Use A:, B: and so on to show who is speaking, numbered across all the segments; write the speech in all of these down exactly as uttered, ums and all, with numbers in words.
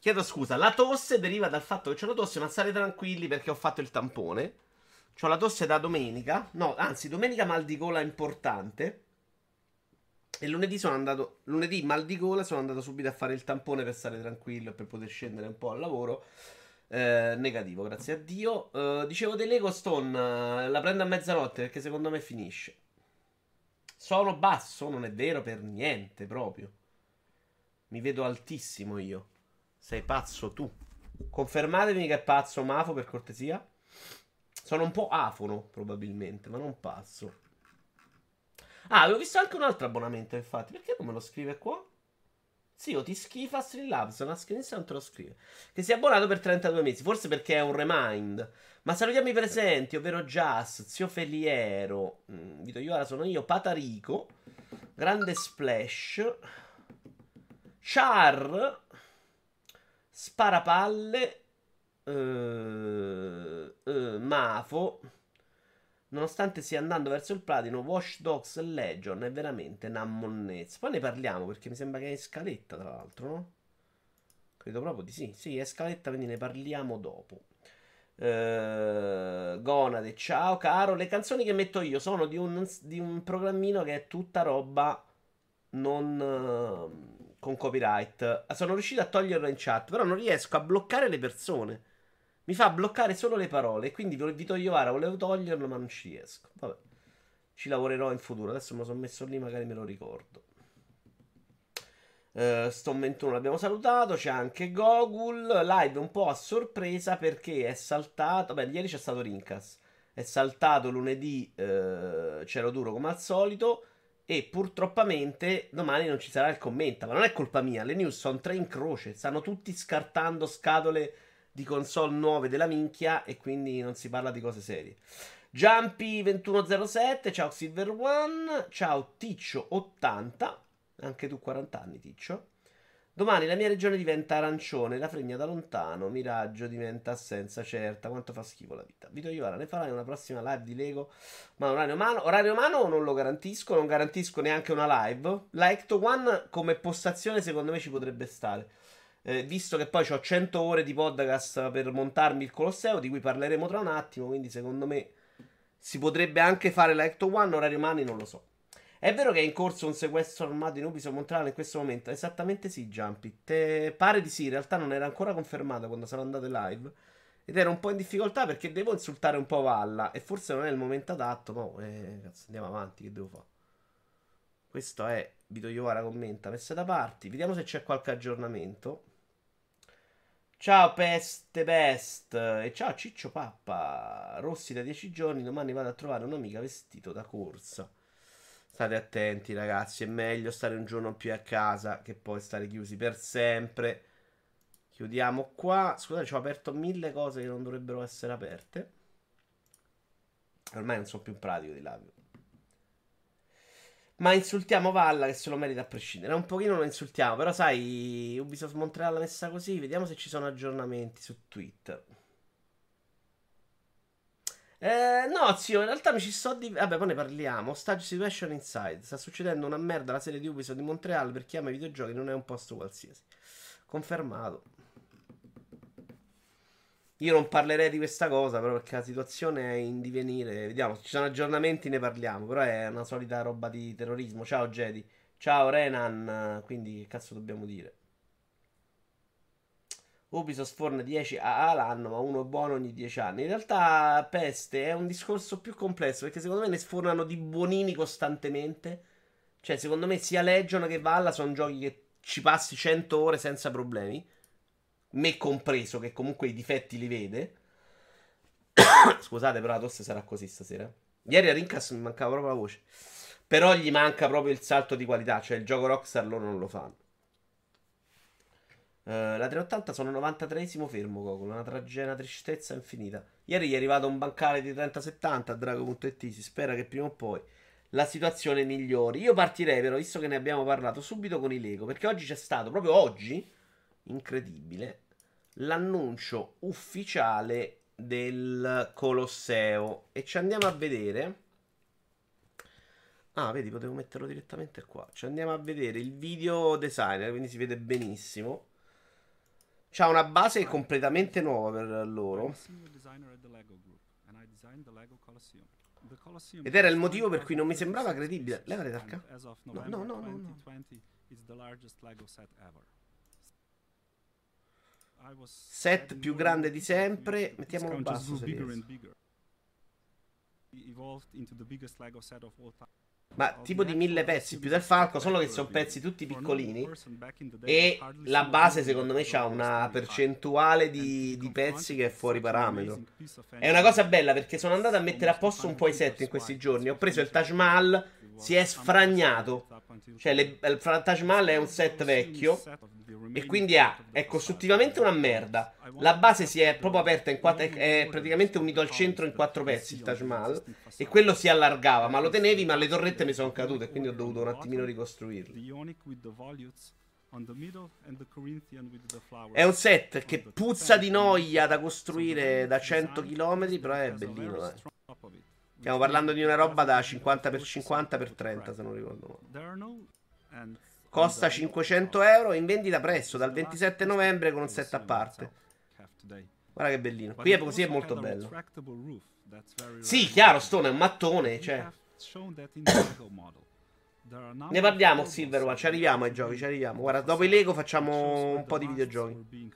A: Chiedo scusa, la tosse deriva dal fatto che c'ho la tosse, ma state tranquilli perché ho fatto il tampone. C'ho la tosse da domenica. No, anzi, domenica mal di gola importante. E lunedì sono andato. Lunedì mal di gola, sono andato subito a fare il tampone per stare tranquillo e per poter scendere un po' al lavoro. Eh, negativo, grazie a Dio. Eh, dicevo dei Lego Stone, eh, la prendo a mezzanotte perché secondo me finisce. Sono basso, non è vero per niente proprio. Mi vedo altissimo io. Sei pazzo tu. Confermatemi che è pazzo Mafo per cortesia. Sono un po' afono probabilmente, ma non pazzo. Ah, avevo visto anche un altro abbonamento infatti. Perché non me lo scrive qua? Sì, o ti schifa Streamlabs, ma scherzo non te lo scrive. Che si è abbonato per trentadue mesi, forse perché è un remind. Ma salutiamo i presenti, ovvero Jazz, Zio Feliero, mm, Vito Iovara sono io, Patarico, Grande Splash, Char, Sparapalle, eh, eh, Mafo. Nonostante stia andando verso il platino, Watch Dogs Legion è veramente una monnezza. Poi ne parliamo perché mi sembra che è in scaletta, tra l'altro, no? Credo proprio di sì. Sì, è scaletta, quindi ne parliamo dopo. Eh, Gonade, ciao caro. Le canzoni che metto io sono di un, di un programmino che è tutta roba non eh, con copyright. Sono riuscito a toglierlo in chat, però non riesco a bloccare le persone. Mi fa bloccare solo le parole. Quindi Vito Iovara volevo toglierlo, ma non ci riesco. Vabbè, ci lavorerò in futuro. Adesso me lo sono messo lì, magari me lo ricordo. Uh, Stone ventuno l'abbiamo salutato. C'è anche Gogul. Live un po' a sorpresa perché è saltato. Beh, ieri c'è stato Rincas. È saltato lunedì. Uh, c'ero duro come al solito. E purtroppamente domani non ci sarà il commenta. Ma non è colpa mia. Le news sono tre in croce. Stanno tutti scartando scatole di console nuove della minchia. E quindi non si parla di cose serie. Jumpy ventuno zero sette. Ciao Silver One. Ciao Ticcio ottanta. Anche tu quaranta anni, Ticcio. Domani la mia regione diventa arancione, la fregna da lontano, miraggio diventa assenza certa. Quanto fa schifo la vita. Vito Iovara, ne farai una prossima live di Lego? Ma orario umano? Orario umano non lo garantisco, non garantisco neanche una live. La Ecto One come postazione secondo me ci potrebbe stare. Eh, visto che poi ho cento ore di podcast per montarmi il Colosseo, di cui parleremo tra un attimo, quindi secondo me si potrebbe anche fare la Ecto One, orario umani non lo so. È vero che è in corso un sequestro armato in Ubisoft Montreal in questo momento? Esattamente sì, Jumpy. Te pare di sì, in realtà non era ancora confermato quando sarò andato live. Ed ero un po' in difficoltà perché devo insultare un po' Valla. E forse non è il momento adatto. Ma eh, cazzo, andiamo avanti, che devo fare? Questo è Vito Iovara commenta, messe da parte. Vediamo se c'è qualche aggiornamento. Ciao Peste Pest e ciao Ciccio Pappa. Rossi da dieci giorni, domani vado a trovare un'amica vestito da corsa. State attenti ragazzi, è meglio stare un giorno più a casa che poi stare chiusi per sempre. Chiudiamo qua. Scusate, ho aperto mille cose che non dovrebbero essere aperte. Ormai non sono più pratico di labio. Ma insultiamo Valla che se lo merita a prescindere. Un pochino lo insultiamo, però sai, Ubisoft Montreal l'ha messa così. Vediamo se ci sono aggiornamenti su Twitter. Eh, no, zio, in realtà mi ci sto di... Vabbè, poi ne parliamo. Stage Situation Inside. Sta succedendo una merda alla serie di Ubisoft di Montreal. Per chi ama i videogiochi non è un posto qualsiasi. Confermato. Io non parlerei di questa cosa, però perché la situazione è in divenire. Vediamo, se ci sono aggiornamenti ne parliamo. Però è una solita roba di terrorismo. Ciao Jedi. Ciao Renan. Quindi che cazzo dobbiamo dire? Ubisoft sforna dieci A A l'anno, ma uno buono ogni dieci anni. In realtà, Peste è un discorso più complesso perché secondo me ne sfornano di buonini costantemente. Cioè, secondo me sia Legion che Valla sono giochi che ci passi cento ore senza problemi. Me compreso, che comunque i difetti li vede. Scusate, però la tosse sarà così stasera. Ieri a Rincas mi mancava proprio la voce. Però gli manca proprio il salto di qualità. Cioè, il gioco Rockstar loro non lo fanno. Uh, la trecentottanta sono novantatreesimo fermo, Cocolo. Una tragedia, una tristezza infinita. Ieri gli è arrivato un bancale di trenta settanta a Drago punto it. Si spera che prima o poi la situazione migliori. Io partirei, però, visto che ne abbiamo parlato, subito con i Lego. Perché oggi c'è stato, proprio oggi, incredibile, l'annuncio ufficiale del Colosseo. E ci andiamo a vedere. Ah, vedi, potevo metterlo direttamente qua. Ci andiamo a vedere il video designer, quindi si vede benissimo. C'ha una base completamente nuova per loro. Ed era il motivo per cui non mi sembrava credibile. Levate dal ca- No, no, no, no, no. Set più grande di sempre. Mettiamolo basso se riesco. Ma tipo di mille pezzi più del Falco, solo che sono pezzi tutti piccolini. E la base secondo me ha una percentuale di, di pezzi che è fuori parametro. È una cosa bella perché sono andato a mettere a posto un po' i set in questi giorni. Ho preso il Taj Mahal, si è sfragnato. Cioè le, il Taj Mahal è un set vecchio e quindi ha, è costruttivamente una merda. La base si è proprio aperta in quattro, è, è praticamente unito al centro in quattro pezzi il Taj Mahal. E quello si allargava, ma lo tenevi, ma le torrette mi sono cadute, quindi ho dovuto un attimino ricostruirlo. È un set che puzza di noia da costruire da cento chilometri, però è bellino, dai. Stiamo parlando di una roba da cinquanta per cinquanta per trenta, se non ricordo male. Costa cinquecento euro in vendita presto, dal ventisette novembre con un set a parte. Guarda che bellino. Qui è così, è molto bello. Sì, chiaro, Stone è un mattone, cioè. Ne parliamo, Silverwatch, ci arriviamo ai giochi, ci arriviamo. Guarda, dopo i Lego facciamo un po' di videogiochi.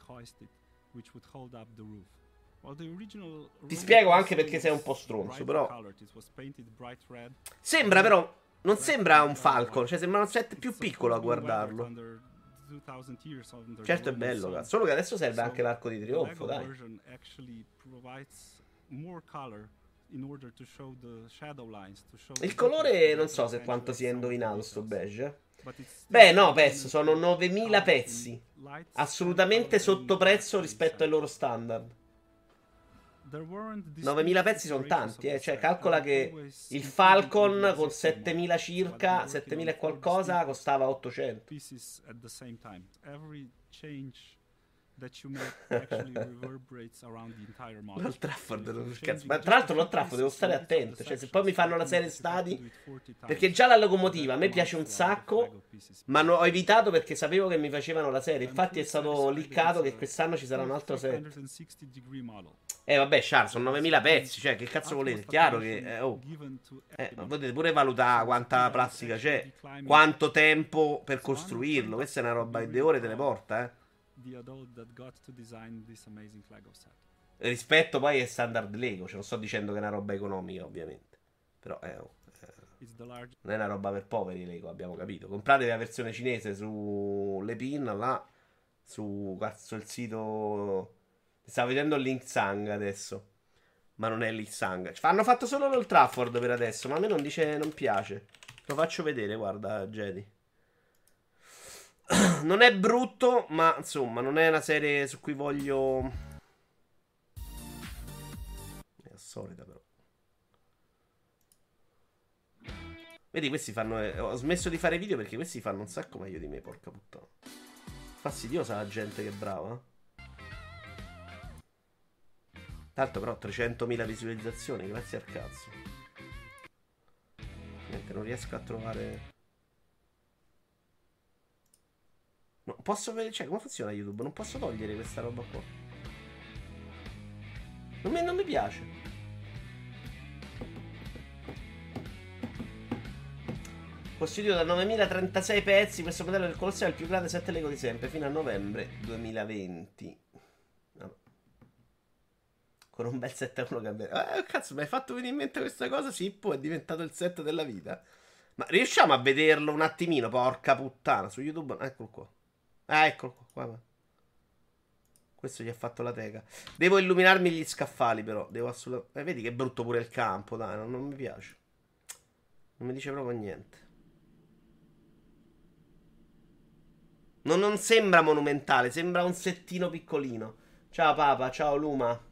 A: Ti spiego anche perché sei un po' stronzo, però. Sembra però, non sembra un Falcon, cioè sembra un set più piccolo a guardarlo. Certo è bello, cazzo. Solo che adesso serve anche l'arco di trionfo, dai. Il colore non so se quanto sia indovinato sto beige. Eh. Beh, no, pezzo, sono novemila pezzi. Assolutamente sotto prezzo rispetto ai loro standard. novemila pezzi sono tanti, eh. Cioè, calcola che il Falcon con settemila circa, settemila e qualcosa, costava ottocento. L'Old Trafford, cazzo. Ma tra l'altro l'Old Trafford devo stare attento. Cioè, se poi mi fanno la serie stadi, perché già la locomotiva a me piace un sacco, ma no, ho evitato perché sapevo che mi facevano la serie. Infatti è stato liccato che quest'anno ci sarà un altro set. Eh vabbè, Char, sono novemila pezzi. Cioè, che cazzo volete? È chiaro che eh, oh. eh, potete pure valutare quanta plastica c'è, quanto tempo per costruirlo. Questa è una roba che de ore te ne porta, eh. Rispetto poi ai standard Lego, cioè non sto dicendo che è una roba economica, ovviamente. Però è, oh, eh, non è una roba per poveri Lego, abbiamo capito. Comprate la versione cinese su Lepin, là, su cazzo il sito. Stavo vedendo Link Sang adesso. Ma non è Link Sang. Hanno fatto solo l'Old Trafford per adesso, ma a me non dice, non piace. Lo faccio vedere, guarda, Jedi. Non è brutto, ma insomma, non è una serie su cui voglio. È solita, però. Vedi, questi fanno. Eh, ho smesso di fare video perché questi fanno un sacco meglio di me, porca puttana. Fastidiosa la gente che è brava. Tanto, però, trecentomila visualizzazioni, grazie al cazzo. Niente, non riesco a trovare. No, posso vedere, cioè, come funziona YouTube? Non posso togliere questa roba qua. Non mi, non mi piace. Costituito da novemilatrentasei pezzi, questo modello del Colosseo è il più grande set Lego di sempre, fino a novembre duemilaventi. No. Con un bel set a uno cambia. Eh, cazzo, mi hai fatto venire in mente questa cosa? Sippo è diventato il set della vita. Ma riusciamo a vederlo un attimino, porca puttana, su YouTube? Eccolo qua. Ah, eccolo qua, qua. Questo gli ha fatto la teca. Devo illuminarmi gli scaffali, però. Devo assolutamente. Eh, vedi che è brutto pure il campo, dai, non, non mi piace. Non mi dice proprio niente. Non, non sembra monumentale, sembra un settino piccolino. Ciao Papa, ciao Luma.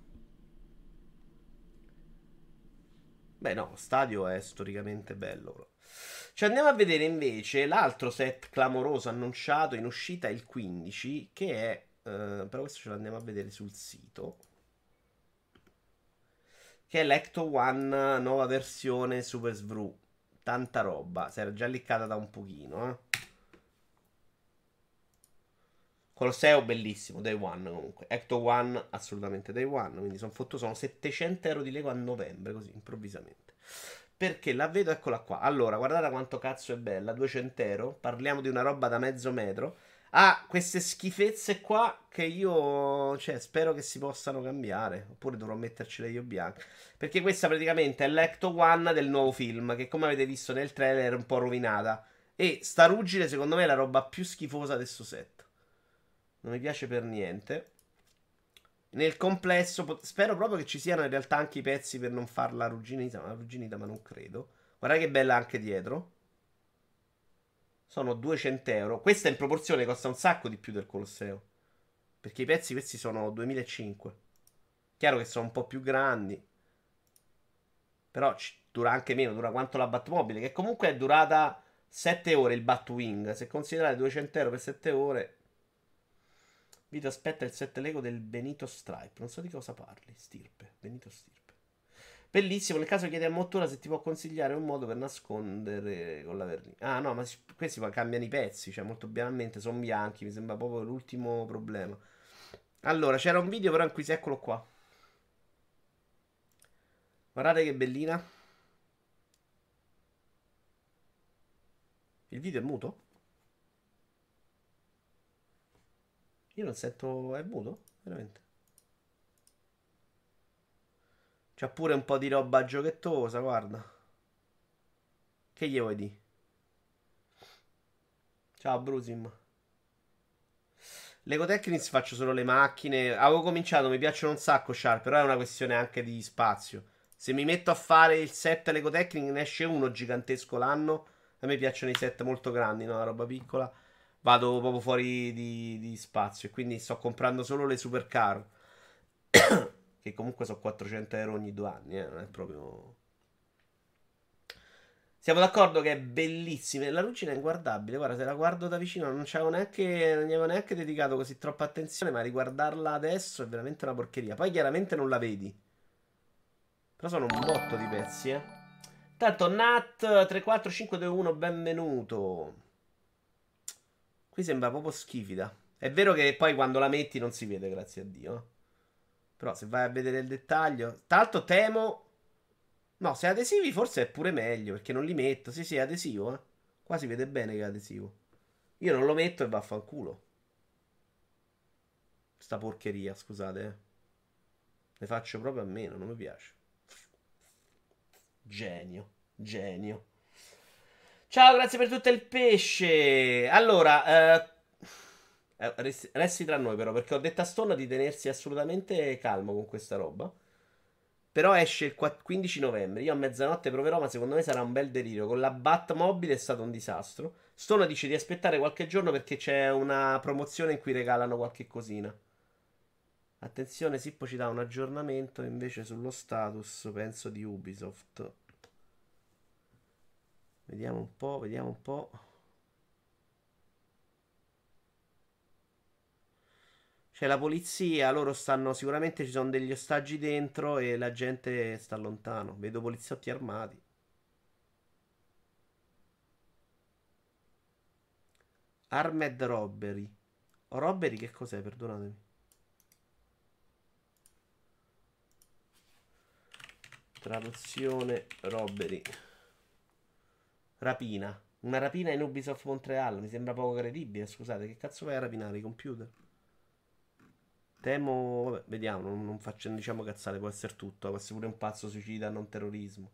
A: Beh, no, stadio è storicamente bello, però. Ci andiamo a vedere invece l'altro set clamoroso annunciato in uscita il quindici, che è. Uh, però questo ce l'andiamo a vedere sul sito. Che è l'Ecto One nuova versione Super Svru. Tanta roba. Si era già liccata da un pochino, eh. Colosseo bellissimo, Day One comunque. Ecto One assolutamente Day One, quindi sono fottuto, sono settecento euro di Lego a novembre, così improvvisamente. Perché la vedo, eccola qua. Allora, guardate quanto cazzo è bella, duecento euro. Parliamo di una roba da mezzo metro. Ha queste schifezze qua che io, cioè, spero che si possano cambiare. Oppure dovrò mettercele io bianche. Perché questa praticamente è l'Ecto One del nuovo film, che come avete visto nel trailer è un po' rovinata. E sta ruggine, secondo me, è la roba più schifosa di questo set. Non mi piace per niente. Nel complesso, pot- spero proprio che ci siano in realtà anche i pezzi per non farla arrugginita, ma arrugginita, ma non credo. Guarda che bella anche dietro. Sono duecento euro. Questa in proporzione costa un sacco di più del Colosseo. Perché i pezzi questi sono duemilacinque. Chiaro che sono un po' più grandi. Però ci- dura anche meno, dura quanto la Batmobile, che comunque è durata sette ore il Batwing. Se considerate duecento euro per sette ore. Vito aspetta il set Lego del Benito Stripe. Non so di cosa parli. Stirpe. Benito Stirpe. Bellissimo. Nel caso chiedi a Mottura se ti può consigliare un modo per nascondere con la vernice. Ah, no, ma si- questi poi cambiano i pezzi. Cioè, molto banalmente sono bianchi. Mi sembra proprio l'ultimo problema. Allora, c'era un video però in cui si eccolo qua. Guardate che bellina. Il video è muto? Io non sento. È muto? Veramente. C'ha pure un po' di roba giochettosa, guarda. Che gli vuoi di? Ciao, Brusim. Lego Technics faccio solo le macchine. Avevo cominciato, mi piacciono un sacco Sharp, però è una questione anche di spazio. Se mi metto a fare il set Lego Technics, ne esce uno gigantesco l'anno. A me piacciono i set molto grandi, no? La roba piccola. Vado proprio fuori di, di spazio. E quindi sto comprando solo le supercar. Che comunque sono quattrocento euro ogni due anni, eh? Non è proprio. Siamo d'accordo che è bellissima. La ruggine è inguardabile. Guarda, se la guardo da vicino non c'avevo neanche, non gli avevo neanche dedicato così troppa attenzione. Ma riguardarla adesso è veramente una porcheria. Poi chiaramente non la vedi. Però sono un botto di pezzi, eh. Tanto Nat tre quattro cinque due uno, benvenuto. Qui sembra proprio schifida. È vero che poi quando la metti non si vede, grazie a Dio. eh. Però se vai a vedere il dettaglio. Tra l'altro temo. No, se adesivi forse è pure meglio perché non li metto. Sì, sì, è adesivo, eh. Qua si vede bene che è adesivo. Io non lo metto e vaffanculo. Sta porcheria, scusate, eh. Ne faccio proprio a meno, non mi piace. Genio, genio. Ciao, grazie per tutto il pesce. Allora, eh, eh, resti, resti tra noi però, perché ho detto a Stonna di tenersi assolutamente calmo con questa roba. Però esce il qua- quindici novembre. Io a mezzanotte proverò, ma secondo me sarà un bel delirio. Con la Batmobile è stato un disastro. Stone dice di aspettare qualche giorno perché c'è una promozione in cui regalano qualche cosina. Attenzione, Sippo ci dà un aggiornamento invece sullo status, penso, di Ubisoft. Vediamo un po', vediamo un po'. C'è la polizia, loro stanno, sicuramente ci sono degli ostaggi dentro e la gente sta lontano. Vedo poliziotti armati. Armed Robbery. O Robbery che cos'è? Perdonatemi. Traduzione Robbery. Rapina. Una rapina in Ubisoft Montreal. Mi sembra poco credibile. Scusate, che cazzo vai a rapinare i computer? Temo. Vabbè, vediamo. Non, non faccio, non diciamo cazzate. Può essere tutto. Può essere pure un pazzo suicida, non terrorismo.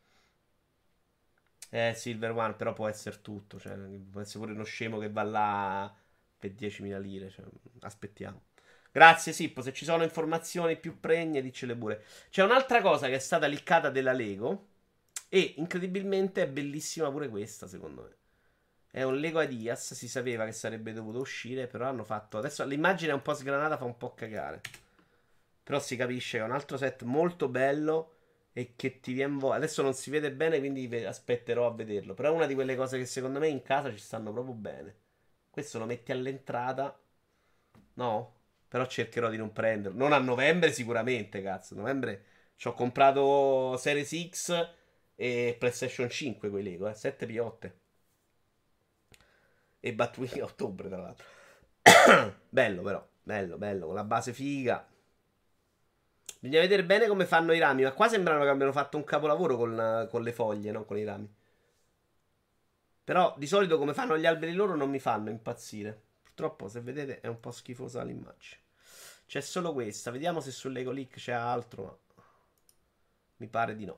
A: Eh, Silver One, però può essere tutto. Cioè, può essere pure uno scemo che va là per diecimila lire. Cioè, aspettiamo. Grazie, Sippo. Se ci sono informazioni più pregne, diccele pure. C'è un'altra cosa che è stata liccata della Lego. E incredibilmente è bellissima pure questa, secondo me. È un Lego Adidas, si sapeva che sarebbe dovuto uscire, però hanno fatto. Adesso l'immagine è un po' sgranata, fa un po' cagare. Però si capisce che è un altro set molto bello e che ti viene voglia. Adesso non si vede bene, quindi ve- aspetterò a vederlo. Però è una di quelle cose che secondo me in casa ci stanno proprio bene. Questo lo metti all'entrata. No? Però cercherò di non prenderlo. Non a novembre sicuramente, cazzo. A novembre ci ho comprato Series X e PlayStation cinque quei Lego, eh. sette piotte. E Batwing a ottobre, tra l'altro. Bello però, bello, bello, con la base figa. Bisogna vedere bene come fanno i rami, ma qua sembrano che abbiano fatto un capolavoro con, con le foglie, non con i rami. Però di solito come fanno gli alberi loro non mi fanno impazzire. Purtroppo, se vedete, è un po' schifosa l'immagine. C'è solo questa. Vediamo se su Lego Leak c'è altro, ma mi pare di no.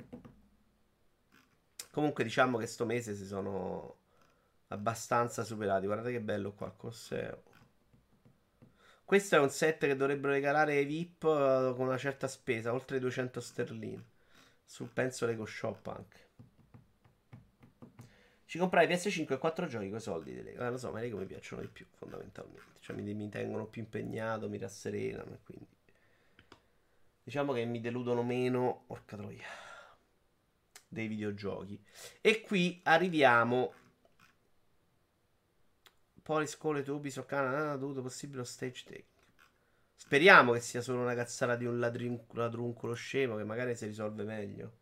A: Comunque diciamo che sto mese si sono abbastanza superati. Guardate che bello qua, Colosseo. Questo è un set che dovrebbero regalare ai V I P eh, con una certa spesa, oltre i duecento sterline. Su penso Lego Shop anche. Ci comprai P S cinque e quattro giochi con i soldi di Lego. Eh, lo so, ma i Lego mi piacciono di più, fondamentalmente. Cioè mi, mi tengono più impegnato, mi rasserenano e quindi... Diciamo che mi deludono meno, porca troia, dei videogiochi. E qui arriviamo... Poliscole, tubi, soccana, dovuto possibile stage take. Speriamo che sia solo una cazzata di un ladrin- ladruncolo scemo che magari si risolve meglio.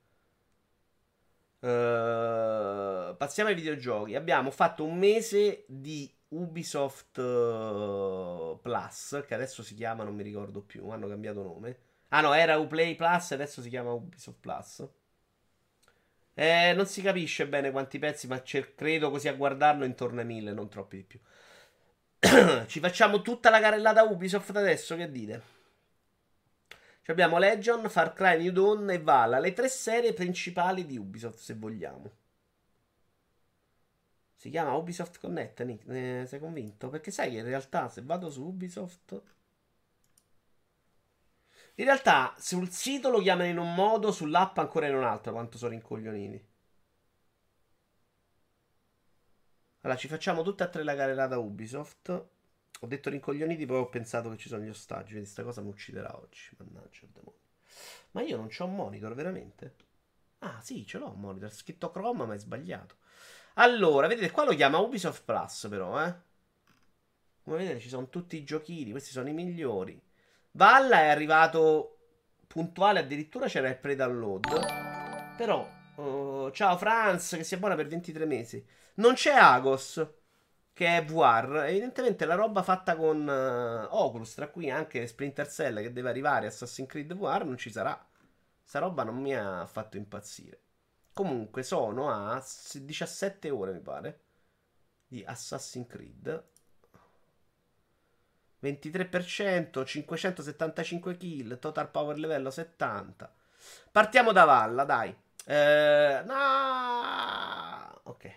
A: Uh, passiamo ai videogiochi. Abbiamo fatto un mese di Ubisoft uh, Plus, che adesso si chiama, non mi ricordo più, hanno cambiato nome. Ah no, era Uplay Plus e adesso si chiama Ubisoft Plus. Eh, non si capisce bene quanti pezzi, ma cer- credo così a guardarlo intorno ai mille, non troppi di più. Ci facciamo tutta la carrellata Ubisoft adesso, che dite? Ci abbiamo Legion, Far Cry New Dawn e Vala, le tre serie principali di Ubisoft, se vogliamo. Si chiama Ubisoft Connect, Nick, ne sei convinto? Perché sai che in realtà se vado su Ubisoft... In realtà sul sito lo chiamano in un modo, sull'app ancora in un altro, quanto sono rincoglioniti. Allora, ci facciamo tutte e tre la carrellata Ubisoft. Ho detto rincoglioniti, poi ho pensato che ci sono gli ostaggi. Quindi sta cosa mi ucciderà oggi. Mannaggia il demonio. Ma io non c'ho un monitor, veramente? Ah, sì, ce l'ho un monitor. Scritto Chrome, ma è sbagliato. Allora, vedete, qua lo chiama Ubisoft Plus, però, eh. Come vedete, ci sono tutti i giochini. Questi sono i migliori. Valla è arrivato puntuale, addirittura c'era il pre-download. Però, oh, ciao Franz, che si abbona per ventitré mesi. Non c'è Agos, che è V R. Evidentemente la roba fatta con uh, Oculus, tra cui anche Splinter Cell che deve arrivare, Assassin's Creed V R, non ci sarà. Sta roba non mi ha fatto impazzire. Comunque sono a diciassette ore, mi pare, di Assassin's Creed. ventitré per cento, cinquecentosettantacinque kill, total power livello settanta. Partiamo da Valla, dai. Eh, no! Ok.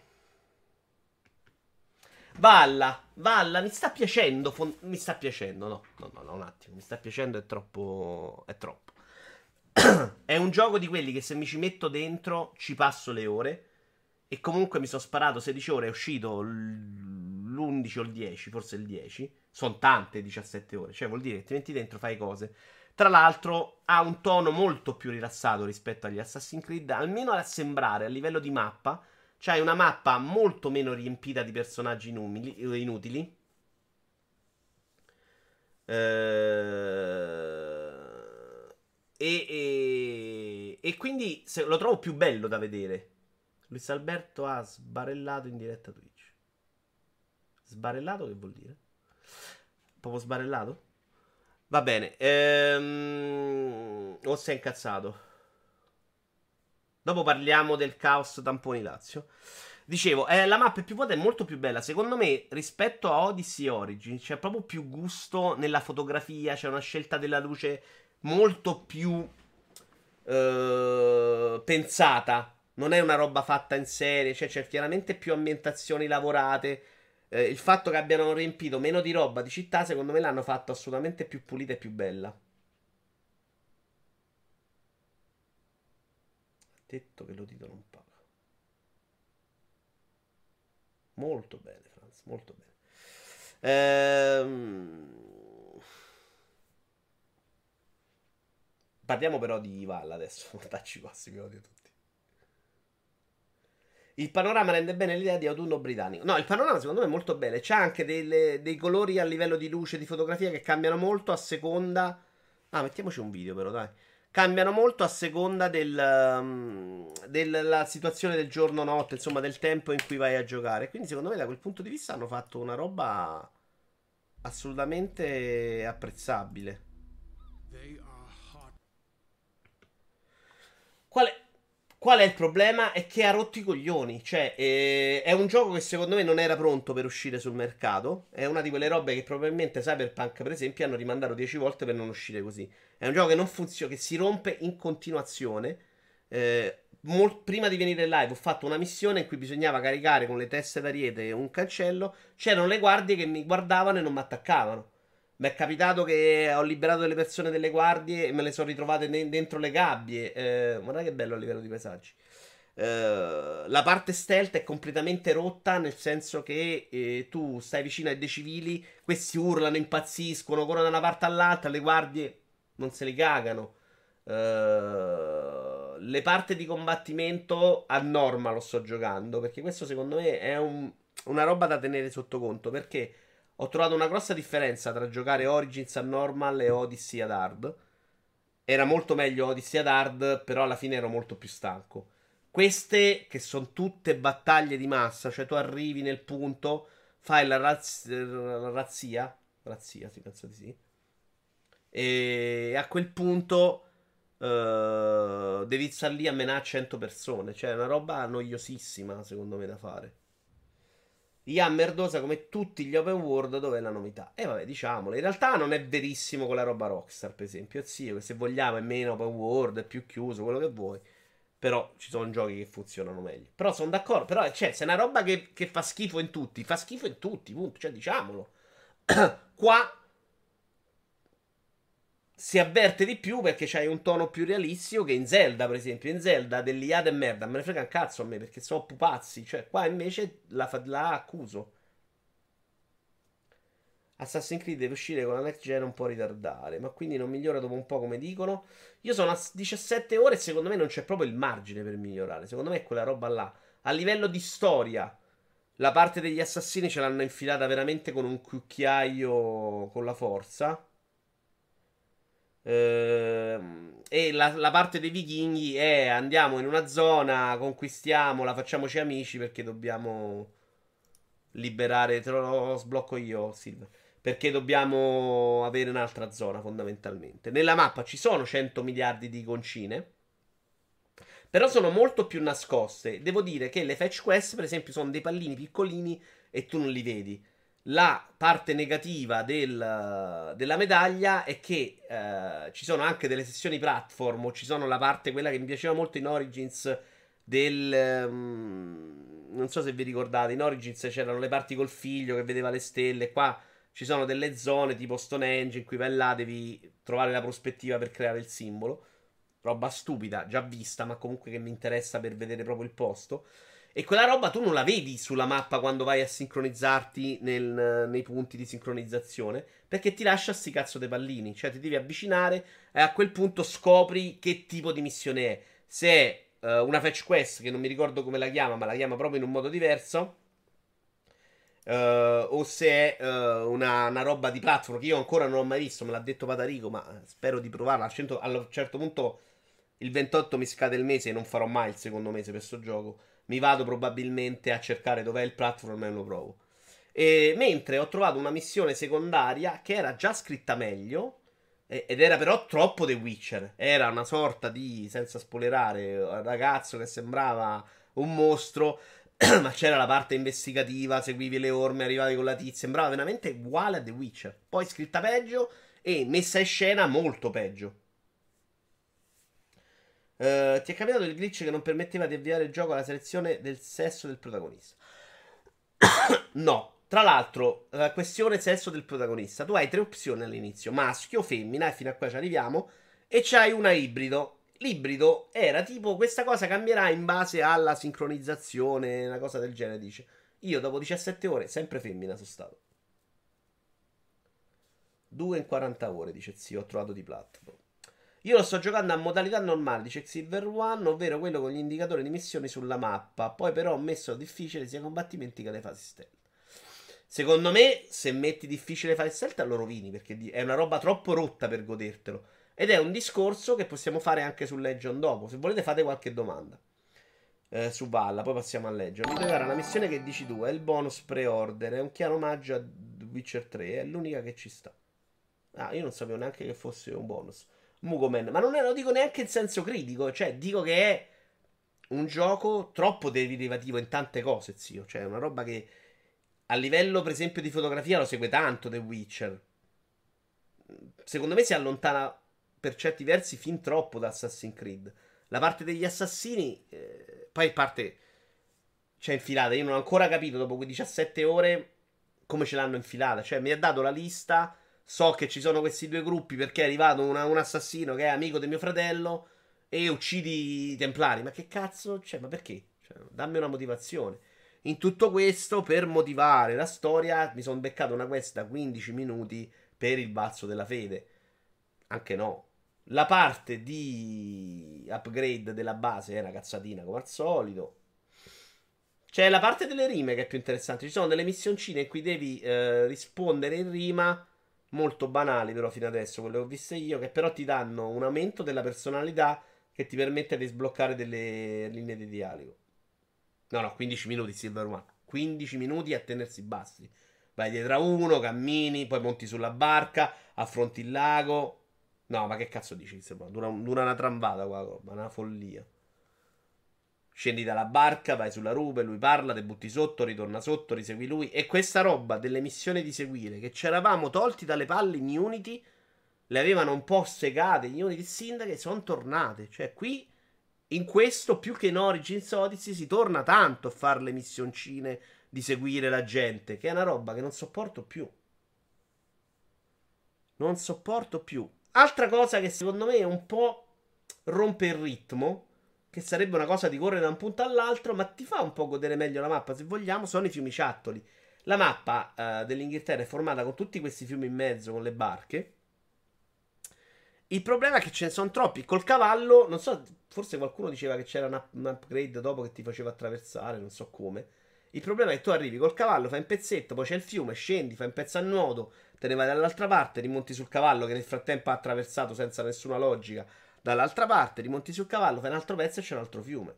A: Valla, Valla, mi sta piacendo, fon- mi sta piacendo, no, no, no, no, un attimo, mi sta piacendo, è troppo, è troppo. È un gioco di quelli che se mi ci metto dentro ci passo le ore e comunque mi sono sparato sedici ore, è uscito l'undici o il dieci, forse il dieci, sono tante diciassette ore, cioè vuol dire che ti metti dentro, fai cose. Tra l'altro ha un tono molto più rilassato rispetto agli Assassin's Creed, almeno a sembrare a livello di mappa. C'hai una mappa molto meno riempita di personaggi inumili- inutili. Eh, e, e- e quindi se- lo trovo più bello da vedere. Luis Alberto ha sbarellato in diretta Twitch. Sbarellato che vuol dire? Proprio sbarellato? Va bene. Ehm... O sei incazzato? Dopo parliamo del caos tamponi Lazio. Dicevo, eh, la mappa è più vuota, è molto più bella. Secondo me, rispetto a Odyssey Origin, c'è proprio più gusto nella fotografia. C'è una scelta della luce molto più eh, pensata. Non è una roba fatta in serie. Cioè, c'è chiaramente più ambientazioni lavorate. Eh, il fatto che abbiano riempito meno di roba di città, secondo me, l'hanno fatto assolutamente più pulita e più bella. Detto che lo dito non paga. Molto bene, Franz, molto bene. Ehm... Parliamo però di Vala adesso. Mortacci passi, mi odio tutti. Il panorama rende bene l'idea di autunno britannico. No, il panorama secondo me è molto bello. C'ha anche delle- dei colori a livello di luce, di fotografia che cambiano molto a seconda. Ah, mettiamoci un video però, dai. Cambiano molto a seconda del, um, della situazione del giorno-notte, insomma, del tempo in cui vai a giocare. Quindi secondo me da quel punto di vista hanno fatto una roba assolutamente apprezzabile. Qual è, qual è il problema? È che ha rotto i coglioni. Cioè, eh, è un gioco che secondo me non era pronto per uscire sul mercato. È una di quelle robe che probabilmente Cyberpunk, per esempio, hanno rimandato dieci volte per non uscire così. È un gioco che non funziona, che si rompe in continuazione. Eh, mol- prima di venire live ho fatto una missione in cui bisognava caricare con le teste d'ariete un cancello. C'erano le guardie che mi guardavano e non mi attaccavano. Mi è capitato che ho liberato delle persone delle guardie e me le sono ritrovate ne- dentro le gabbie. Eh, guarda che bello a livello di paesaggi. Eh, la parte stealth è completamente rotta, nel senso che eh, tu stai vicino ai dei civili, questi urlano, impazziscono, corrono da una parte all'altra, le guardie non se li cagano. Eh, le parti di combattimento a norma lo sto giocando, perché questo secondo me è un- una roba da tenere sotto conto, perché ho trovato una grossa differenza tra giocare Origins a normal e Odyssey ad hard. Era molto meglio Odyssey ad hard, però alla fine ero molto più stanco. Queste, che sono tutte battaglie di massa, cioè tu arrivi nel punto, fai la, raz- la razzia, razzia, si pensa di sì, e a quel punto eh, devi stare lì a menare cento persone, cioè è una roba noiosissima secondo me da fare. Yammerdosa come tutti gli open world dove è la novità. E vabbè, diciamolo. In realtà non è verissimo con la roba Rockstar, per esempio. Sì, che se vogliamo è meno open world, è più chiuso, quello che vuoi. Però ci sono giochi che funzionano meglio. Però sono d'accordo. Però cioè, se è una roba che, che fa schifo in tutti, fa schifo in tutti, punto. Cioè, diciamolo. Qua si avverte di più perché c'hai un tono più realistico che in Zelda, per esempio. In Zelda dell'I A e merda, me ne frega un cazzo a me perché sono pupazzi. Cioè, qua invece la, fa- la accuso. Assassin's Creed deve uscire con la next gen un po' ritardare, ma quindi non migliora dopo un po' come dicono. Io sono a diciassette ore e secondo me non c'è proprio il margine per migliorare. Secondo me è quella roba là. A livello di storia, la parte degli assassini ce l'hanno infilata veramente con un cucchiaio con la forza. Ehm, e la, la parte dei vichinghi è andiamo in una zona, conquistiamola, facciamoci amici perché dobbiamo liberare. Te lo sblocco io, Silver. Perché dobbiamo avere un'altra zona, fondamentalmente. Nella mappa ci sono cento miliardi di concine. Però sono molto più nascoste. Devo dire che le fetch quest, per esempio, sono dei pallini piccolini e tu non li vedi. La parte negativa del- della medaglia è che eh, ci sono anche delle sessioni platform. O ci sono la parte, quella che mi piaceva molto in Origins, del... ehm, non so se vi ricordate, in Origins c'erano le parti col figlio che vedeva le stelle. Qua ci sono delle zone tipo Stonehenge in cui vai là, devi trovare la prospettiva per creare il simbolo. Roba stupida, già vista, ma comunque che mi interessa per vedere proprio il posto. E quella roba tu non la vedi sulla mappa quando vai a sincronizzarti nel- nei punti di sincronizzazione, perché ti lascia sti cazzo dei pallini. Cioè ti devi avvicinare e a quel punto scopri che tipo di missione è. Se è eh, una fetch quest, che non mi ricordo come la chiama, ma la chiama proprio in un modo diverso. Eh, o se è eh, una, una roba di platform che io ancora non ho mai visto, me l'ha detto Patarico, ma spero di provarla. A cento- a un certo punto il ventotto mi scade il mese e non farò mai il secondo mese per sto gioco. Mi vado probabilmente a cercare dov'è il platform e lo provo. E, mentre ho trovato una missione secondaria che era già scritta meglio, e- ed era però troppo The Witcher. Era una sorta di, senza spoilerare, ragazzo che sembrava un mostro. Ma c'era la parte investigativa, seguivi le orme, arrivavi con la tizia. Sembrava veramente uguale a The Witcher. Poi scritta peggio e messa in scena molto peggio. Eh, ti è capitato il glitch che non permetteva di avviare il gioco alla selezione del sesso del protagonista? No. Tra l'altro, la questione sesso del protagonista. Tu hai tre opzioni all'inizio: maschio, femmina, e fino a qua ci arriviamo. E c'hai una ibrido. L'ibrido era tipo: questa cosa cambierà in base alla sincronizzazione, una cosa del genere. Dice: io dopo diciassette ore, sempre femmina sono stato. due in quaranta ore, dice zio, ho trovato di platform. Io lo sto giocando a modalità normale, dice Silver One, ovvero quello con gli indicatori di missioni sulla mappa. Poi però ho messo difficile sia i combattimenti che le fasi stealth. Secondo me, se metti difficile fare stealth, lo rovini, perché è una roba troppo rotta per godertelo. Ed è un discorso che possiamo fare anche su Legion dopo. Se volete fate qualche domanda. Eh, su Valla, poi passiamo a Legion. Mi deve dare una missione che dici tu, è il bonus pre-order, è un chiaro omaggio a Witcher tre, è l'unica che ci sta. Ah, io non sapevo neanche che fosse un bonus. Mugoman, ma non è- lo dico neanche in senso critico, cioè dico che è un gioco troppo derivativo in tante cose, zio. Cioè, è una roba che a livello, per esempio, di fotografia lo segue tanto The Witcher. Secondo me si allontana per certi versi fin troppo da Assassin's Creed. La parte degli assassini, eh, poi parte c'è infilata. Io non ho ancora capito dopo quei diciassette ore come ce l'hanno infilata. Cioè, mi ha dato la lista. So che ci sono questi due gruppi perché è arrivato una- un assassino che è amico di mio fratello e uccidi i templari. Ma che cazzo? Cioè, ma perché? Cioè, dammi una motivazione. In tutto questo, per motivare la storia, mi sono beccato una quest da quindici minuti per il balzo della fede. Anche no. La parte di upgrade della base è una cazzatina come al solito. C'è la parte delle rime che è più interessante. Ci sono delle missioncine in cui devi eh, rispondere in rima, molto banali però fino adesso, quelle che ho viste io, che però ti danno un aumento della personalità che ti permette di sbloccare delle linee di dialogo. No, no, quindici minuti Silverman. quindici minuti a tenersi bassi. Vai dietro a uno, cammini, poi monti sulla barca, affronti il lago. No, ma che cazzo dici? Silverman? Dura, dura una trambata qua, roba, una follia. Scendi dalla barca, vai sulla rupe, lui parla, te butti sotto, ritorna sotto, risegui lui. E questa roba delle missioni di seguire, che ci eravamo tolti dalle palle in Unity, le avevano un po' segate in Unity Syndicate, sono tornate. Cioè, qui, in questo, più che in Origins Odyssey, si torna tanto a fare le missioncine di seguire la gente, che è una roba che non sopporto più. Non sopporto più. Altra cosa che secondo me un po' rompe il ritmo, che sarebbe una cosa di correre da un punto all'altro, ma ti fa un po' godere meglio la mappa, se vogliamo, sono i fiumiciattoli. La mappa eh, dell'Inghilterra è formata con tutti questi fiumi in mezzo, con le barche. Il problema è che ce ne sono troppi. Col cavallo, non so, forse qualcuno diceva che c'era un, up- un upgrade dopo che ti faceva attraversare, non so come. Il problema è che tu arrivi col cavallo, fai un pezzetto, poi c'è il fiume, scendi, fai un pezzo a nuoto, te ne vai dall'altra parte, rimonti sul cavallo che nel frattempo ha attraversato senza nessuna logica dall'altra parte, rimonti sul cavallo, fai un altro pezzo e c'è un altro fiume.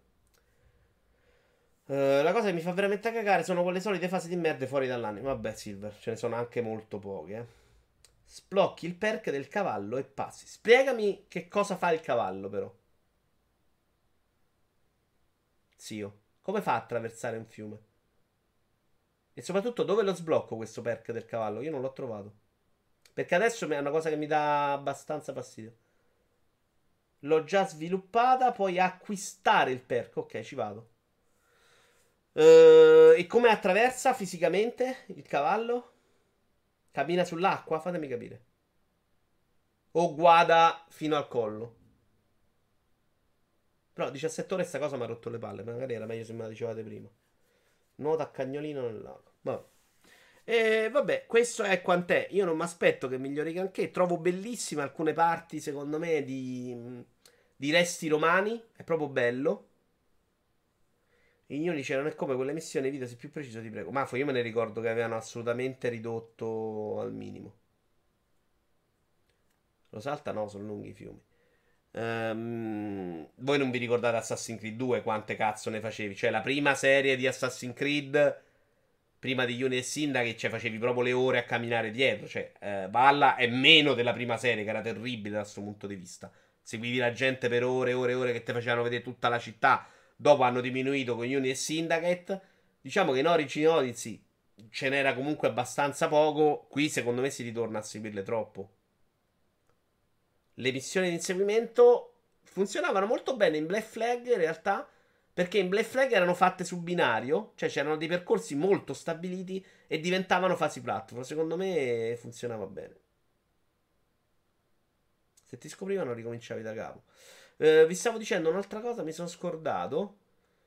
A: Eh, la cosa che mi fa veramente cagare sono quelle solite fasi di merda fuori dall'anime. Vabbè, Silver, ce ne sono anche molto poche, eh. Sblocchi il perk del cavallo e passi. Spiegami che cosa fa il cavallo, però. Zio, come fa a attraversare un fiume? E soprattutto dove lo sblocco questo perk del cavallo? Io non l'ho trovato. Perché adesso è una cosa che mi dà abbastanza fastidio. L'ho già sviluppata, puoi acquistare il perk. Ok, ci vado. Eh, e come attraversa fisicamente il cavallo? Cammina sull'acqua? Fatemi capire. O guada fino al collo? Però diciassette ore sta cosa mi ha rotto le palle. Magari era meglio se me la dicevate prima. Nuota a cagnolino nel lago. Vabbè. E vabbè, questo è quant'è. Io non mi aspetto che migliori granché. Trovo bellissime alcune parti, secondo me, di, di resti romani. È proprio bello. Ignoni c'erano è come quelle missioni video, se più preciso ti prego. Mafo, io me ne ricordo che avevano assolutamente ridotto al minimo. Lo salta? No, sono lunghi i fiumi. Ehm, voi non vi ricordate Assassin's Creed due quante cazzo ne facevi? Cioè la prima serie di Assassin's Creed, prima di Unity e Syndicate, cioè facevi proprio le ore a camminare dietro. Cioè, eh, Valhalla è meno della prima serie, che era terribile dal suo punto di vista. Seguivi la gente per ore e ore e ore che ti facevano vedere tutta la città. Dopo hanno diminuito con Unity e Syndicate. Diciamo che in Origin Odyssey ce n'era comunque abbastanza poco. Qui secondo me si ritorna a seguirle troppo. Le missioni di inseguimento funzionavano molto bene in Black Flag in realtà, perché in Black Flag erano fatte su binario, cioè c'erano dei percorsi molto stabiliti e diventavano fasi platform. Secondo me funzionava bene. Se ti scoprivano ricominciavi da capo. Eh, vi stavo dicendo un'altra cosa, mi sono scordato.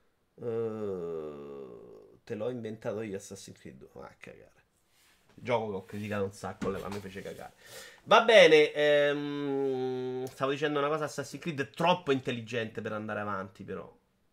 A: Eh, te l'ho inventato io Assassin's Creed due. Ah, cagare. Gioco che ho criticato un sacco, ma mi fece cagare. Va bene, ehm, stavo dicendo una cosa, Assassin's Creed è troppo intelligente per andare avanti, però.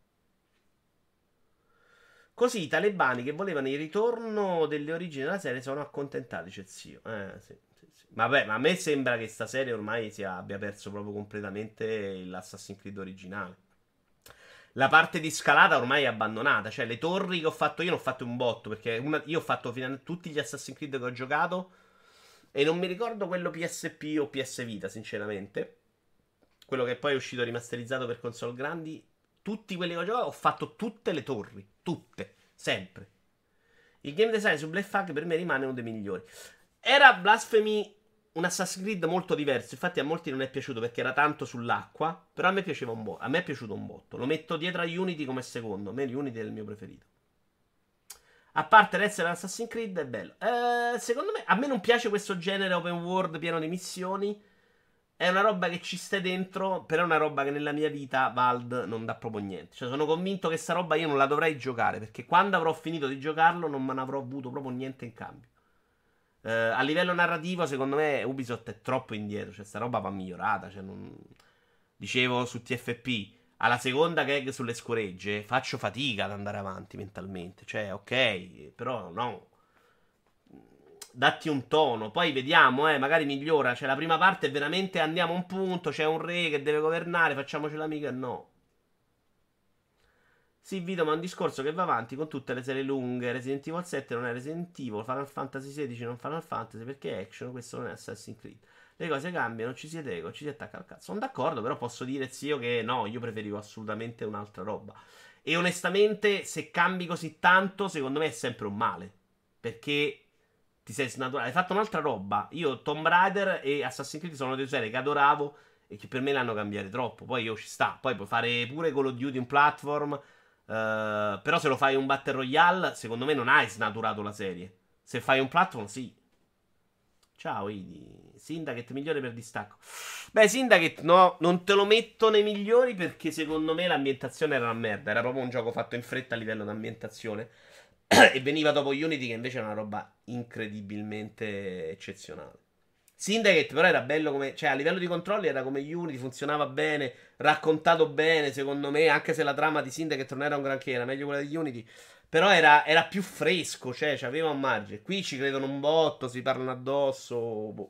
A: Così i talebani che volevano il ritorno delle origini della serie sono accontentati, c'è zio. Eh, sì, sì, sì. Vabbè, ma a me sembra che sta serie ormai si abbia perso proprio completamente l'Assassin's Creed originale. La parte di scalata ormai è abbandonata. Cioè, le torri che ho fatto io, ne ho fatto un botto. Perché una- io ho fatto fino tutti gli Assassin's Creed che ho giocato. E non mi ricordo quello P S P o P S Vita, sinceramente. Quello che poi è uscito rimasterizzato per console grandi. Tutti quelli che ho giocato, ho fatto tutte le torri. Tutte. Sempre. Il game design su Black Flag per me rimane uno dei migliori. Era Blasphemy un Assassin's Creed molto diverso. Infatti, a molti non è piaciuto perché era tanto sull'acqua. Però a me piaceva un botto. A me è piaciuto un botto. Lo metto dietro a Unity come secondo. A me Unity è il mio preferito. A parte l'essere Assassin's Creed, è bello. Eh, secondo me, a me non piace questo genere open world pieno di missioni. È una roba che ci stai dentro, però è una roba che nella mia vita Vald non dà proprio niente. Cioè, sono convinto che sta roba io non la dovrei giocare, perché quando avrò finito di giocarlo non me ne avrò avuto proprio niente in cambio. Eh, a livello narrativo, secondo me, Ubisoft è troppo indietro. Cioè, sta roba va migliorata. Cioè, non... Dicevo su T F P, alla seconda gag sulle scoregge, faccio fatica ad andare avanti mentalmente. Cioè, ok, però no. Datti un tono, poi vediamo, eh, magari migliora. Cioè, la prima parte è veramente andiamo a un punto, c'è un re che deve governare, facciamoci l'amica. No. Sì, Vito, ma è un discorso che va avanti con tutte le serie lunghe. Resident Evil sette non è Resident Evil, Final Fantasy sedici non Final Fantasy perché è action, questo non è Assassin's Creed. Le cose cambiano, ci si adequa, ci si attacca al cazzo. Sono d'accordo, però posso dire, zio, che no, io preferivo assolutamente un'altra roba. E onestamente, se cambi così tanto, secondo me è sempre un male. Perché ti sei snaturato. Hai fatto un'altra roba. Io, Tomb Raider e Assassin's Creed sono due serie che adoravo e che per me l'hanno cambiate troppo. Poi io ci sta. Poi puoi fare pure Call of Duty in platform. eh, però se lo fai un Battle Royale, secondo me non hai snaturato la serie. Se fai un platform, sì. Ciao, Idi. Syndicate migliore per distacco. Beh, Syndicate no, non te lo metto nei migliori perché secondo me l'ambientazione era una merda. Era proprio un gioco fatto in fretta a livello di ambientazione. E veniva dopo Unity, che invece era una roba incredibilmente eccezionale. Syndicate però era bello come... Cioè, a livello di controlli era come Unity, funzionava bene, raccontato bene, secondo me, anche se la trama di Syndicate non era un granché, era meglio quella di Unity. Però era, era più fresco, cioè, aveva un margine. Qui ci credono un botto, si parlano addosso. Boh.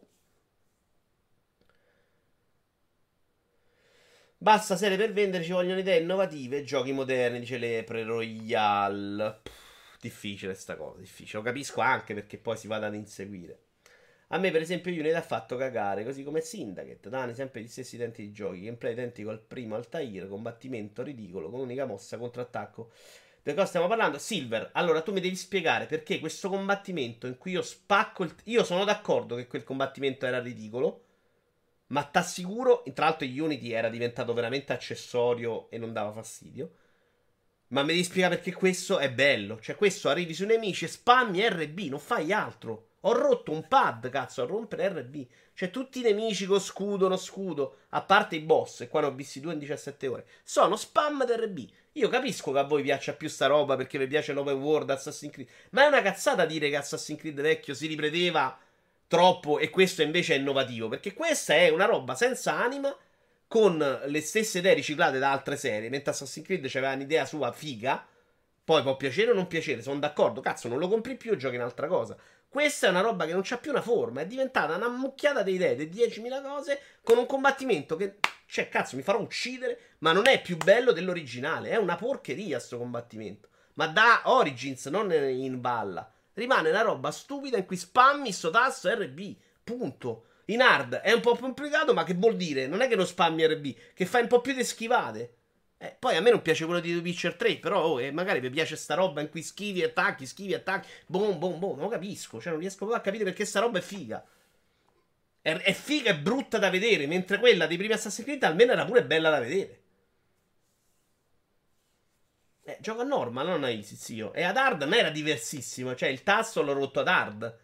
A: Basta serie per vendere, ci vogliono idee innovative, giochi moderni, dice Lepre Royale. Pff, difficile sta cosa, difficile. Lo capisco anche perché poi si vada ad inseguire. A me, per esempio, Unity ha fatto cagare, così come Syndicate. Da anni sempre gli stessi identici giochi. Gameplay identico al primo Altair, combattimento ridicolo, con unica mossa, contrattacco. Di cosa stiamo parlando? Silver, allora tu mi devi spiegare perché questo combattimento in cui io spacco il... Io sono d'accordo che quel combattimento era ridicolo, ma t'assicuro, tra l'altro Unity era diventato veramente accessorio e non dava fastidio. Ma mi devi spiegare perché questo è bello. Cioè, questo arrivi sui nemici e spammi R B, non fai altro. Ho rotto un pad, cazzo, a rompere R B. Cioè, tutti i nemici con scudo, no scudo, a parte i boss, e qua ne ho visti due in diciassette ore, sono spam di R B. Io capisco che a voi piaccia più sta roba perché vi piace l'open world, Assassin's Creed. Ma è una cazzata dire che Assassin's Creed vecchio si ripeteva troppo e questo invece è innovativo. Perché questa è una roba senza anima con le stesse idee riciclate da altre serie, mentre Assassin's Creed c'aveva un'idea sua figa, poi può piacere o non piacere, sono d'accordo, cazzo, non lo compri più e giochi in altra cosa. Questa è una roba che non c'ha più una forma, è diventata una mucchiata di idee, di diecimila cose, con un combattimento che, cioè, cazzo, mi farò uccidere, ma non è più bello dell'originale, è una porcheria sto combattimento. Ma da Origins, non in balla. Rimane una roba stupida in cui spammi sto tasto R B, punto. In hard è un po' complicato, ma che vuol dire? Non è che non spammi R B, che fai un po' più di schivate. Eh, poi a me non piace quello di The Witcher tre, però oh, eh, magari mi piace sta roba in cui schivi, attacchi, schivi, attacchi, boom, boom, boom, non lo capisco, cioè non riesco proprio a capire perché sta roba è figa. È, è figa e brutta da vedere, mentre quella dei primi Assassin's Creed almeno era pure bella da vedere. Eh, gioco a normal, non a easy, zio. E ad hard non era diversissimo, cioè il tasto l'ho rotto ad hard.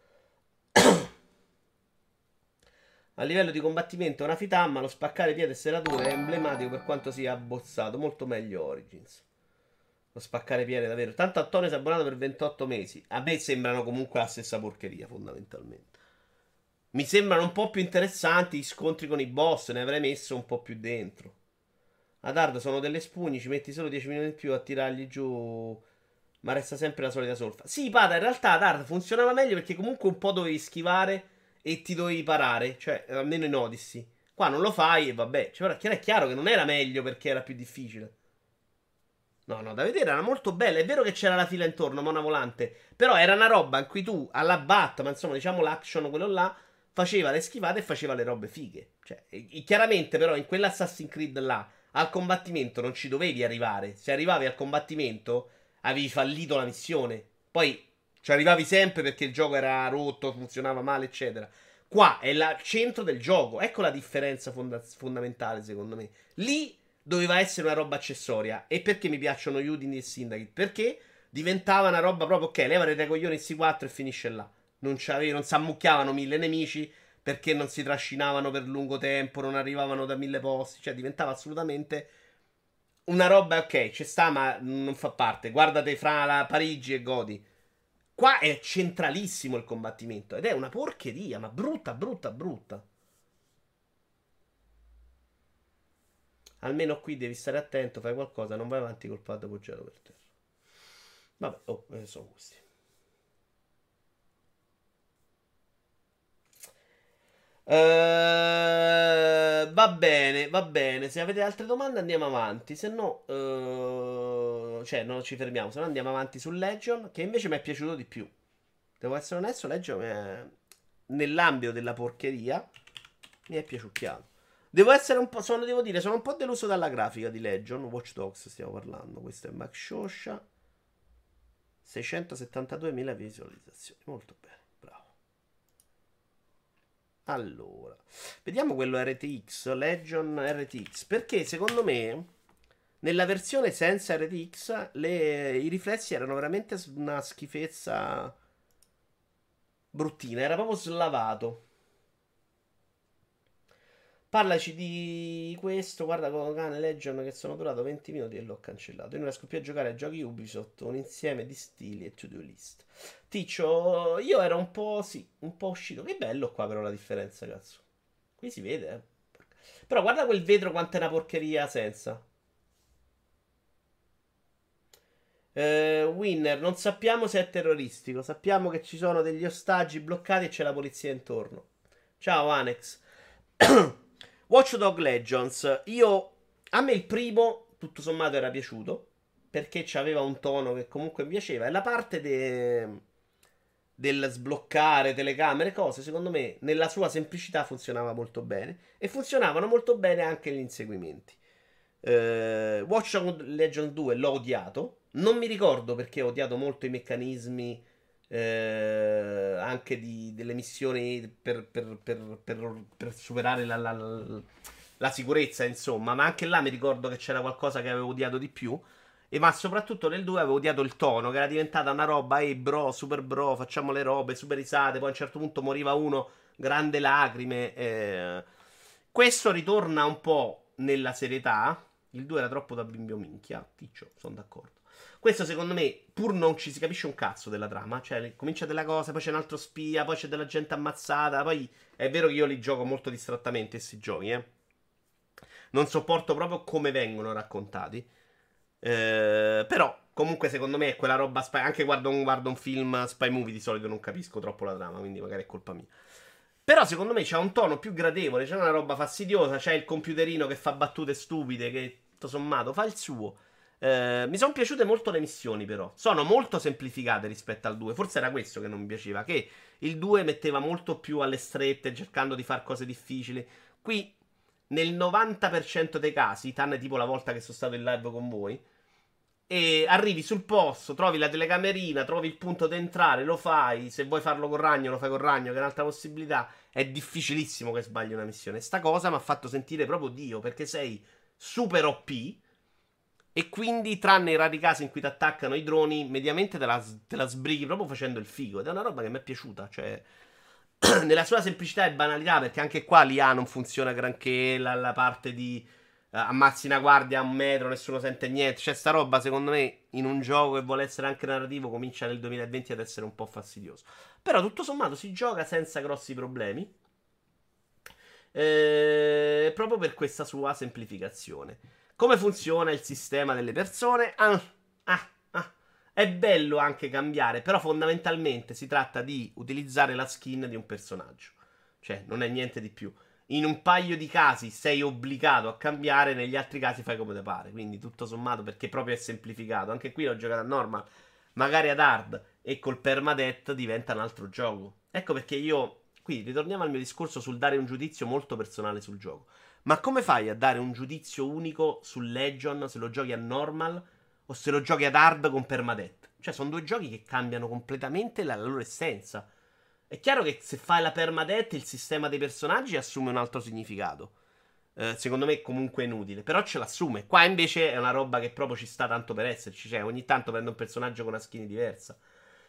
A: A livello di combattimento è una fitamma, lo spaccare piede e serrature è emblematico per quanto sia abbozzato, molto meglio Origins. Lo spaccare piede davvero. Tanto Antonio si è abbonato per ventotto mesi. A me sembrano comunque la stessa porcheria, fondamentalmente. Mi sembrano un po' più interessanti gli scontri con i boss, ne avrei messo un po' più dentro. Ad hard sono delle spugne, ci metti solo dieci minuti in più a tirargli giù, ma resta sempre la solita solfa. Sì, Pada, in realtà ad hard funzionava meglio perché comunque un po' dovevi schivare e ti dovevi parare, cioè almeno in Odyssey. Qua non lo fai e vabbè, cioè, è chiaro che non era meglio perché era più difficile. No, no, da vedere era molto bella. È vero che c'era la fila intorno, ma una volante. Però era una roba in cui tu, alla Batman, insomma, diciamo l'action, quello là, faceva le schivate e faceva le robe fighe. Cioè, e- e chiaramente, però, in quell'Assassin's Creed là, al combattimento non ci dovevi arrivare. Se arrivavi al combattimento, avevi fallito la missione. Poi ci arrivavi sempre perché il gioco era rotto, funzionava male, eccetera. Qua è il centro del gioco. Ecco la differenza fonda- fondamentale, secondo me. Lì doveva essere una roba accessoria. E perché mi piacciono Udin e Syndicate? Perché diventava una roba proprio, ok, levate dai coglioni C quattro e finisce là. Non, c'avevi, non si ammucchiavano mille nemici perché non si trascinavano per lungo tempo, non arrivavano da mille posti. Cioè diventava assolutamente una roba, ok, ci sta, ma non fa parte. Guardate fra la Parigi e godi. Qua è centralissimo il combattimento ed è una porcheria, ma brutta, brutta, brutta. Almeno qui devi stare attento, fai qualcosa, non vai avanti col padre poggiato per terra. Vabbè, oh, eh, sono questi. Eh, va bene, va bene. Se avete altre domande andiamo avanti. Se no, eh, cioè non ci fermiamo. Se no andiamo avanti su Legion, che invece mi è piaciuto di più. Devo essere onesto, Legion è... nell'ambito della porcheria mi è piaciucchiato. Devo essere un po', sono, devo dire, sono un po' deluso dalla grafica di Legion. Watch Dogs stiamo parlando. Questo è Max Shosha. seicentosettantaduemila visualizzazioni. Molto bene, bravo. Allora, vediamo quello R T X, Legion R T X, perché secondo me nella versione senza R T X le- i riflessi erano veramente s- una schifezza bruttina, era proprio slavato. Parlaci di questo, guarda con cane Legion che sono durato venti minuti e l'ho cancellato. Io non riesco più a giocare ai giochi Ubisoft, un insieme di stili e to-do list. Ticcio, io ero un po', sì, un po' uscito. Che bello qua però la differenza, cazzo. Qui si vede, eh. Però guarda quel vetro quanto è una porcheria senza. Eh, Winner, non sappiamo se è terroristico. Sappiamo che ci sono degli ostaggi bloccati e c'è la polizia intorno. Ciao, Anex. Watch Dog Legends. Io. A me il primo, tutto sommato, era piaciuto. Perché c'aveva un tono che comunque mi piaceva. E la parte de- del sbloccare telecamere, cose, secondo me, nella sua semplicità funzionava molto bene. E funzionavano molto bene anche gli inseguimenti. Eh, Watch Dogs Legion due l'ho odiato. Non mi ricordo perché ho odiato molto i meccanismi eh, anche di- delle missioni per, per- per- per- per superare la, la- la- la sicurezza, insomma. Ma anche là mi ricordo che c'era qualcosa che avevo odiato di più. E ma soprattutto nel due avevo odiato il tono, che era diventata una roba, ehi bro, super bro, facciamo le robe, super risate. Poi a un certo punto moriva uno, grande lacrime. eh. Questo ritorna un po' nella serietà. Il due era troppo da bimbio minchia. Ticcio, sono d'accordo. Questo secondo me, pur non ci si capisce un cazzo della trama. Cioè, comincia della cosa, poi c'è un altro spia, poi c'è della gente ammazzata. Poi è vero che io li gioco molto distrattamente, questi giochi, eh. Non sopporto proprio come vengono raccontati. Eh, però, comunque, secondo me è quella roba spy. Anche guardo un, guardo un film spy movie di solito non capisco troppo la trama, quindi magari è colpa mia. Però secondo me c'è un tono più gradevole, c'è una roba fastidiosa, c'è il computerino che fa battute stupide, che tutto sommato fa il suo. Eh, mi sono piaciute molto le missioni però, sono molto semplificate rispetto al due, forse era questo che non mi piaceva, che il due metteva molto più alle strette cercando di fare cose difficili. Qui nel novanta per cento dei casi, tranne tipo la volta che sono stato in live con voi, e arrivi sul posto, trovi la telecamerina, trovi il punto di entrare, lo fai. Se vuoi farlo con ragno, lo fai con ragno, che è un'altra possibilità. È difficilissimo che sbagli una missione. Sta cosa mi ha fatto sentire proprio Dio, perché sei super O P. E quindi, tranne i rari casi in cui ti attaccano i droni, mediamente te la, te la sbrighi proprio facendo il figo. Ed è una roba che mi è piaciuta. Cioè, nella sua semplicità e banalità, perché anche qua l'I A non funziona granché. La, la parte di eh, ammazzi una guardia a un metro, nessuno sente niente. Cioè, sta roba, secondo me, in un gioco che vuole essere anche narrativo, comincia nel duemilaventi ad essere un po' fastidioso. Però, tutto sommato, si gioca senza grossi problemi. Eh, proprio per questa sua semplificazione. Come funziona il sistema delle persone? Ah, ah, ah. È bello anche cambiare, però fondamentalmente si tratta di utilizzare la skin di un personaggio. Cioè, non è niente di più. In un paio di casi sei obbligato a cambiare, negli altri casi fai come te pare. Quindi tutto sommato, perché proprio è semplificato. Anche qui l'ho giocato a normal, magari ad hard, e col permadeath diventa un altro gioco. Ecco perché io, qui ritorniamo al mio discorso sul dare un giudizio molto personale sul gioco. Ma come fai a dare un giudizio unico sul Legion se lo giochi a normal o se lo giochi ad hard con permadeath? Cioè, sono due giochi che cambiano completamente la, la loro essenza. È chiaro che se fai la permadeath il sistema dei personaggi assume un altro significato. Eh, secondo me è comunque inutile, però ce l'assume. Qua invece è una roba che proprio ci sta tanto per esserci. Cioè, ogni tanto prende un personaggio con una skin diversa.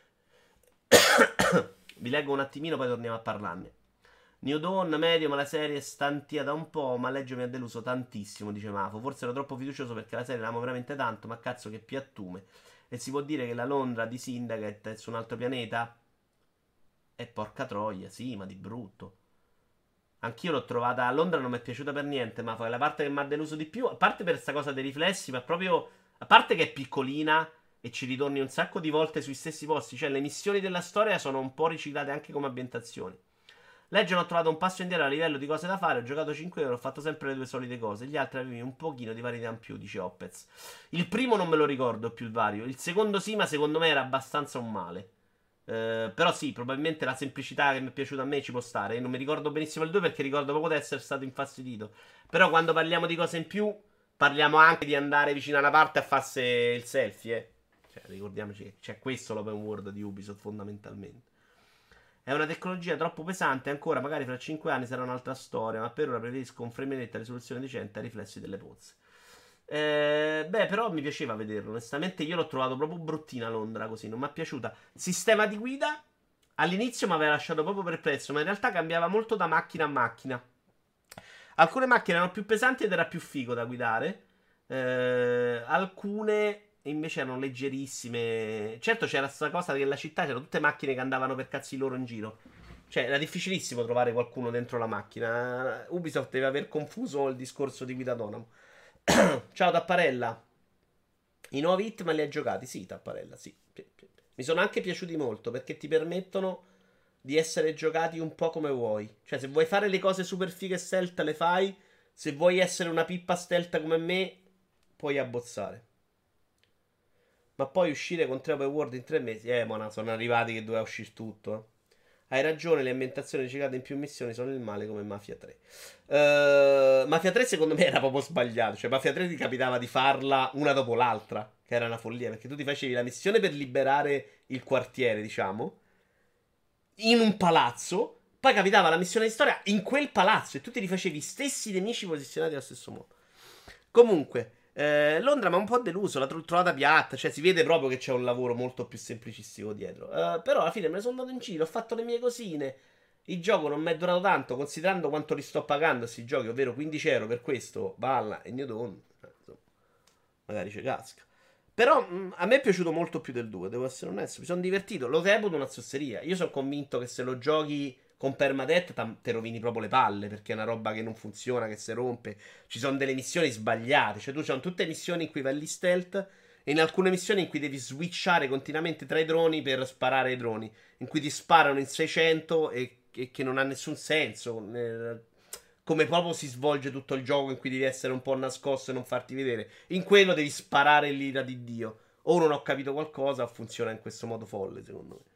A: Vi leggo un attimino, poi torniamo a parlarne. New Dawn, medio, ma la serie è stantia da un po', ma Leggio mi ha deluso tantissimo, dice Mafo. Forse ero troppo fiducioso perché la serie l'amo veramente tanto, ma cazzo che piattume. E si può dire che la Londra di Syndicate è su un altro pianeta? E porca troia, sì, ma di brutto. Anch'io l'ho trovata a Londra, non mi è piaciuta per niente, ma poi la parte che mi ha deluso di più, a parte per questa cosa dei riflessi, ma proprio, a parte che è piccolina e ci ritorni un sacco di volte sui stessi posti, cioè le missioni della storia sono un po' riciclate anche come ambientazioni. Legend ho trovato un passo indietro a livello di cose da fare, ho giocato cinque ore, ho fatto sempre le due solite cose, gli altri avevi un pochino di varietà in più, dice Opez. Il primo non me lo ricordo più il vario, il secondo sì, ma secondo me era abbastanza un male. Eh, però sì, probabilmente la semplicità che mi è piaciuta a me ci può stare. Io non mi ricordo benissimo il due perché ricordo poco di essere stato infastidito. Però quando parliamo di cose in più, parliamo anche di andare vicino a una parte a farsi il selfie, eh. Cioè, ricordiamoci che c'è questo l'open world di Ubisoft fondamentalmente. È una tecnologia troppo pesante, ancora magari fra cinque anni sarà un'altra storia, ma per ora preferisco un frame rate a risoluzione decente ai riflessi delle pozze. Eh, beh, però mi piaceva vederlo. Onestamente, io l'ho trovato proprio bruttina Londra così. Non mi è piaciuta. Sistema di guida all'inizio mi aveva lasciato proprio perplesso, ma in realtà cambiava molto da macchina a macchina. Alcune macchine erano più pesanti ed era più figo da guidare. Eh, alcune invece erano leggerissime. Certo, c'era questa cosa che la città c'erano tutte macchine che andavano per cazzi loro in giro. Cioè, era difficilissimo trovare qualcuno dentro la macchina. Ubisoft deve aver confuso il discorso di guida autonoma. Ciao Tapparella. I nuovi Hitman li hai giocati? Sì, Tapparella, sì. Mi sono anche piaciuti molto perché ti permettono di essere giocati un po' come vuoi. Cioè, se vuoi fare le cose super fighe stealth, le fai. Se vuoi essere una pippa stealth come me, puoi abbozzare. Ma poi uscire con tre open world in tre mesi. Eh, mona, sono arrivati che doveva uscire tutto. Eh. Hai ragione, le ambientazioni riciclate in più missioni sono il male come Mafia tre. Uh, Mafia tre secondo me era proprio sbagliato. Cioè, Mafia tre ti capitava di farla una dopo l'altra, che era una follia, perché tu ti facevi la missione per liberare il quartiere, diciamo, in un palazzo, poi capitava la missione di storia in quel palazzo e tu ti rifacevi gli stessi nemici posizionati allo stesso modo. Comunque, eh, Londra mi ha un po' deluso, l'ho trovata piatta, cioè si vede proprio che c'è un lavoro molto più semplicistico dietro. Uh, però alla fine me ne sono andato in giro, ho fatto le mie cosine. Il gioco non mi è durato tanto, considerando quanto li sto pagando questi giochi, ovvero quindici euro per questo, Balla e New Dawn. Eh, insomma, magari ci casca. Però mh, a me è piaciuto molto più del due, devo essere onesto. Mi sono divertito, lo reputo una zozzeria. Io sono convinto che se lo giochi con permadeath tam- te rovini proprio le palle, perché è una roba che non funziona, che si rompe. Ci sono delle missioni sbagliate, cioè tu c'hai tutte missioni in cui vai lì stealth e in alcune missioni in cui devi switchare continuamente tra i droni per sparare ai droni, in cui ti sparano in seicento e, e che non ha nessun senso. Eh, come proprio si svolge tutto il gioco in cui devi essere un po' nascosto e non farti vedere. In quello devi sparare l'ira di Dio. O non ho capito qualcosa, o funziona in questo modo folle, secondo me.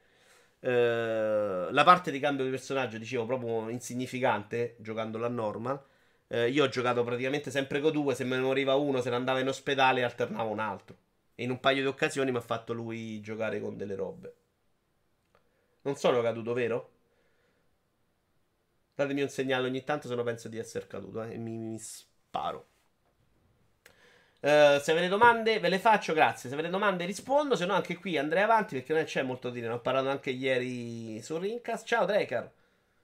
A: Eh, la parte di cambio di personaggio, dicevo, proprio insignificante, giocandolo a normal. Eh, io ho giocato praticamente sempre con due, se me ne moriva uno, se ne andava in ospedale, alternavo un altro. E in un paio di occasioni mi ha fatto lui giocare con delle robe. Non sono caduto, vero? Datemi un segnale ogni tanto se no penso di essere caduto, eh, e mi, mi sparo. Uh, se avete domande ve le faccio, grazie. Se avete domande rispondo, se no anche qui andrei avanti perché non c'è molto da dire. Ne ho parlato anche ieri su Rincast. Ciao Draker.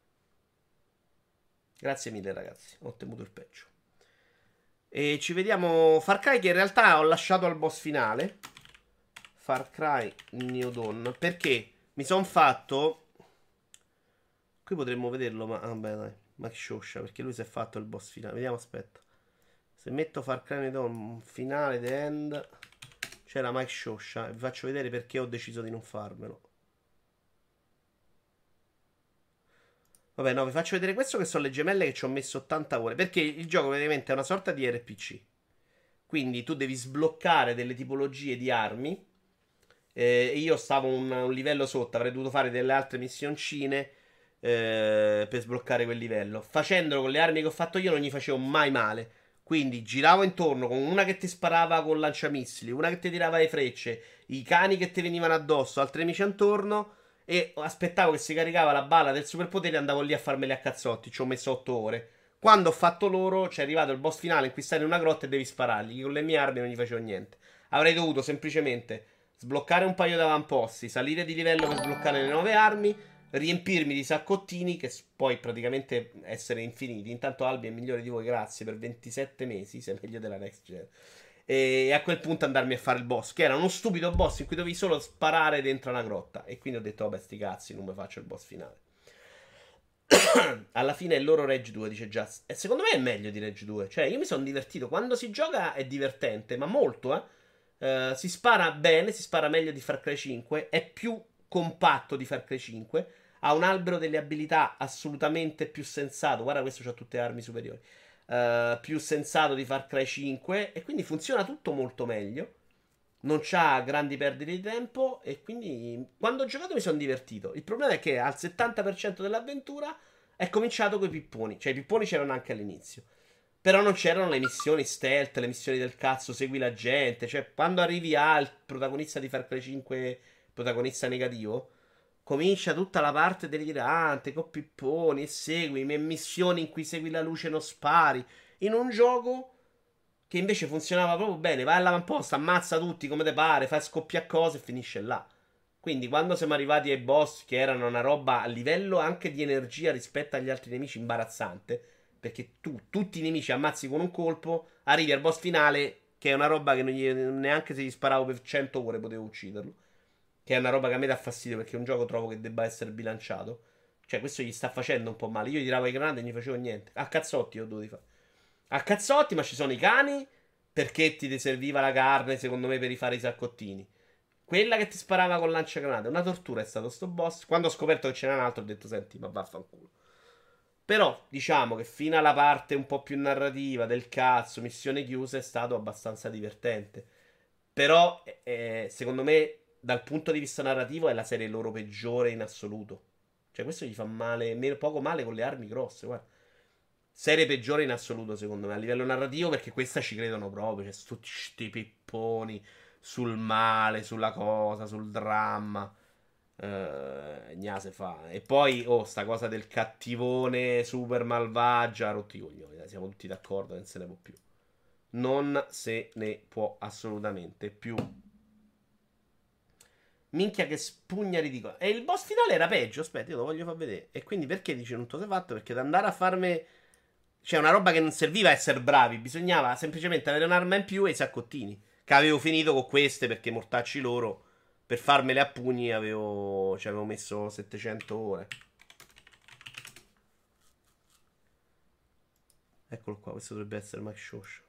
A: Grazie mille ragazzi, ho ottenuto il peggio. E ci vediamo Far Cry che in realtà ho lasciato al boss finale. Far Cry New Dawn. Perché mi sono fatto... Qui potremmo vederlo, ma vabbè dai. Max Shosha, perché lui si è fatto il boss finale. Vediamo, aspetta. Se metto Far Cry New Dawn finale, The End, c'era Mike Shosha. E vi faccio vedere perché ho deciso di non farmelo. Vabbè, no, vi faccio vedere questo che sono le gemelle che ci ho messo ottanta ore. Perché il gioco praticamente è una sorta di R P G. Quindi tu devi sbloccare delle tipologie di armi. Eh, io stavo un, un livello sotto, avrei dovuto fare delle altre missioncine eh, per sbloccare quel livello. Facendolo con le armi che ho fatto io non gli facevo mai male. Quindi giravo intorno con una che ti sparava con lanciamissili, una che ti tirava le frecce, i cani che ti venivano addosso, altri nemici intorno. E aspettavo che si caricava la balla del superpotere e andavo lì a farmeli a cazzotti. Ci ho messo otto ore. Quando ho fatto loro, c'è arrivato il boss finale in cui stai in una grotta e devi sparargli. Con le mie armi non gli facevo niente. Avrei dovuto semplicemente sbloccare un paio di avamposti, salire di livello per sbloccare le nuove armi, riempirmi di saccottini, che poi praticamente essere infiniti. Intanto Albi è migliore di voi, grazie, per ventisette mesi, sei meglio della next gen. E a quel punto andarmi a fare il boss, che era uno stupido boss in cui dovevi solo sparare dentro una grotta. E quindi ho detto, vabbè, sti cazzi, non mi faccio il boss finale. Alla fine è loro Rage due, dice Just. E secondo me è meglio di Rage due. Cioè, io mi sono divertito. Quando si gioca è divertente, ma molto, eh. Uh, si spara bene, si spara meglio di Far Cry cinque. È più compatto di Far Cry cinque. Ha un albero delle abilità assolutamente più sensato. Guarda, questo c'ha tutte armi superiori. Uh, più sensato di Far Cry cinque. E quindi funziona tutto molto meglio. Non c'ha grandi perdite di tempo. E quindi quando ho giocato mi sono divertito. Il problema è che al settanta per cento dell'avventura è cominciato con i pipponi. Cioè, i pipponi c'erano anche all'inizio. Però non c'erano le missioni stealth, le missioni del cazzo, segui la gente. Cioè, quando arrivi al protagonista di Far Cry cinque, protagonista negativo, comincia tutta la parte delirante, con pipponi e segui, me- missioni in cui segui la luce e non spari. In un gioco che invece funzionava proprio bene. Vai all'avamposto, ammazza tutti come te pare, fai scoppiare cose e finisce là. Quindi quando siamo arrivati ai boss, che erano una roba a livello anche di energia rispetto agli altri nemici imbarazzante, perché tu tutti i nemici ammazzi con un colpo, arrivi al boss finale, che è una roba che non gli, neanche se gli sparavo per cento ore potevo ucciderlo. Che è una roba che a me dà fastidio perché è un gioco trovo che debba essere bilanciato. Cioè, questo gli sta facendo un po' male. Io gli tiravo i granate e non gli facevo niente. A cazzotti ho dovuto fare. A cazzotti, ma ci sono i cani perché ti serviva la carne, secondo me, per rifare i saccottini. Quella che ti sparava con lanciagranate. Una tortura è stato sto boss. Quando ho scoperto che c'era un altro, ho detto: Senti, ma vaffanculo. Però, diciamo che fino alla parte un po' più narrativa del cazzo, missione chiusa, è stato abbastanza divertente. Però, eh, secondo me, dal punto di vista narrativo, è la serie loro peggiore in assoluto. Cioè, questo gli fa male, meno, poco male con le armi grosse, guarda. Serie peggiore in assoluto, secondo me, a livello narrativo, perché questa ci credono proprio. C'è tutti sti pipponi sul male, sulla cosa, sul dramma. Eh, gnase fa. E poi, oh, sta cosa del cattivone super malvagia, rotti i coglioni. Dai, siamo tutti d'accordo, non se ne può più. Non se ne può assolutamente più. Minchia che spugna ridicola. E il boss finale era peggio. Aspetta, io lo voglio far vedere. E quindi perché dice non te l'hai fatto? Perché da andare a farmi. C'è una roba che non serviva essere bravi. Bisognava semplicemente avere un'arma in più e i saccottini. Che avevo finito con queste perché mortacci loro. Per farmele a pugni avevo. Ci avevo messo settecento ore. Eccolo qua, questo dovrebbe essere Max Shosh.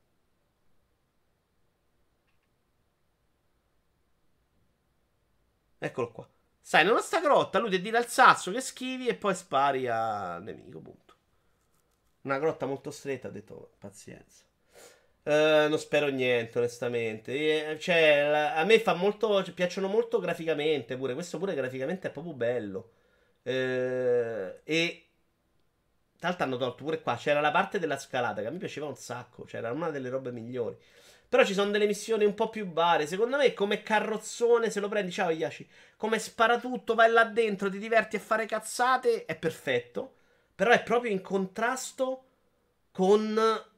A: Eccolo qua. Stai in una sta grotta, lui ti tira il sasso che schivi e poi spari al nemico, punto. Una grotta molto stretta, ha detto, "Oh, pazienza. Eh, non spero niente, onestamente. Eh, cioè, la- a me fa molto, cioè, piacciono molto graficamente pure. Questo pure graficamente è proprio bello. Eh, e tra l'altro hanno tolto pure qua. C'era la parte della scalata che a me piaceva un sacco. Cioè, era una delle robe migliori. Però ci sono delle missioni un po' più varie. Secondo me, come carrozzone, se lo prendi, ciao Yashi. Come sparatutto, vai là dentro, ti diverti a fare cazzate, è perfetto. Però è proprio in contrasto con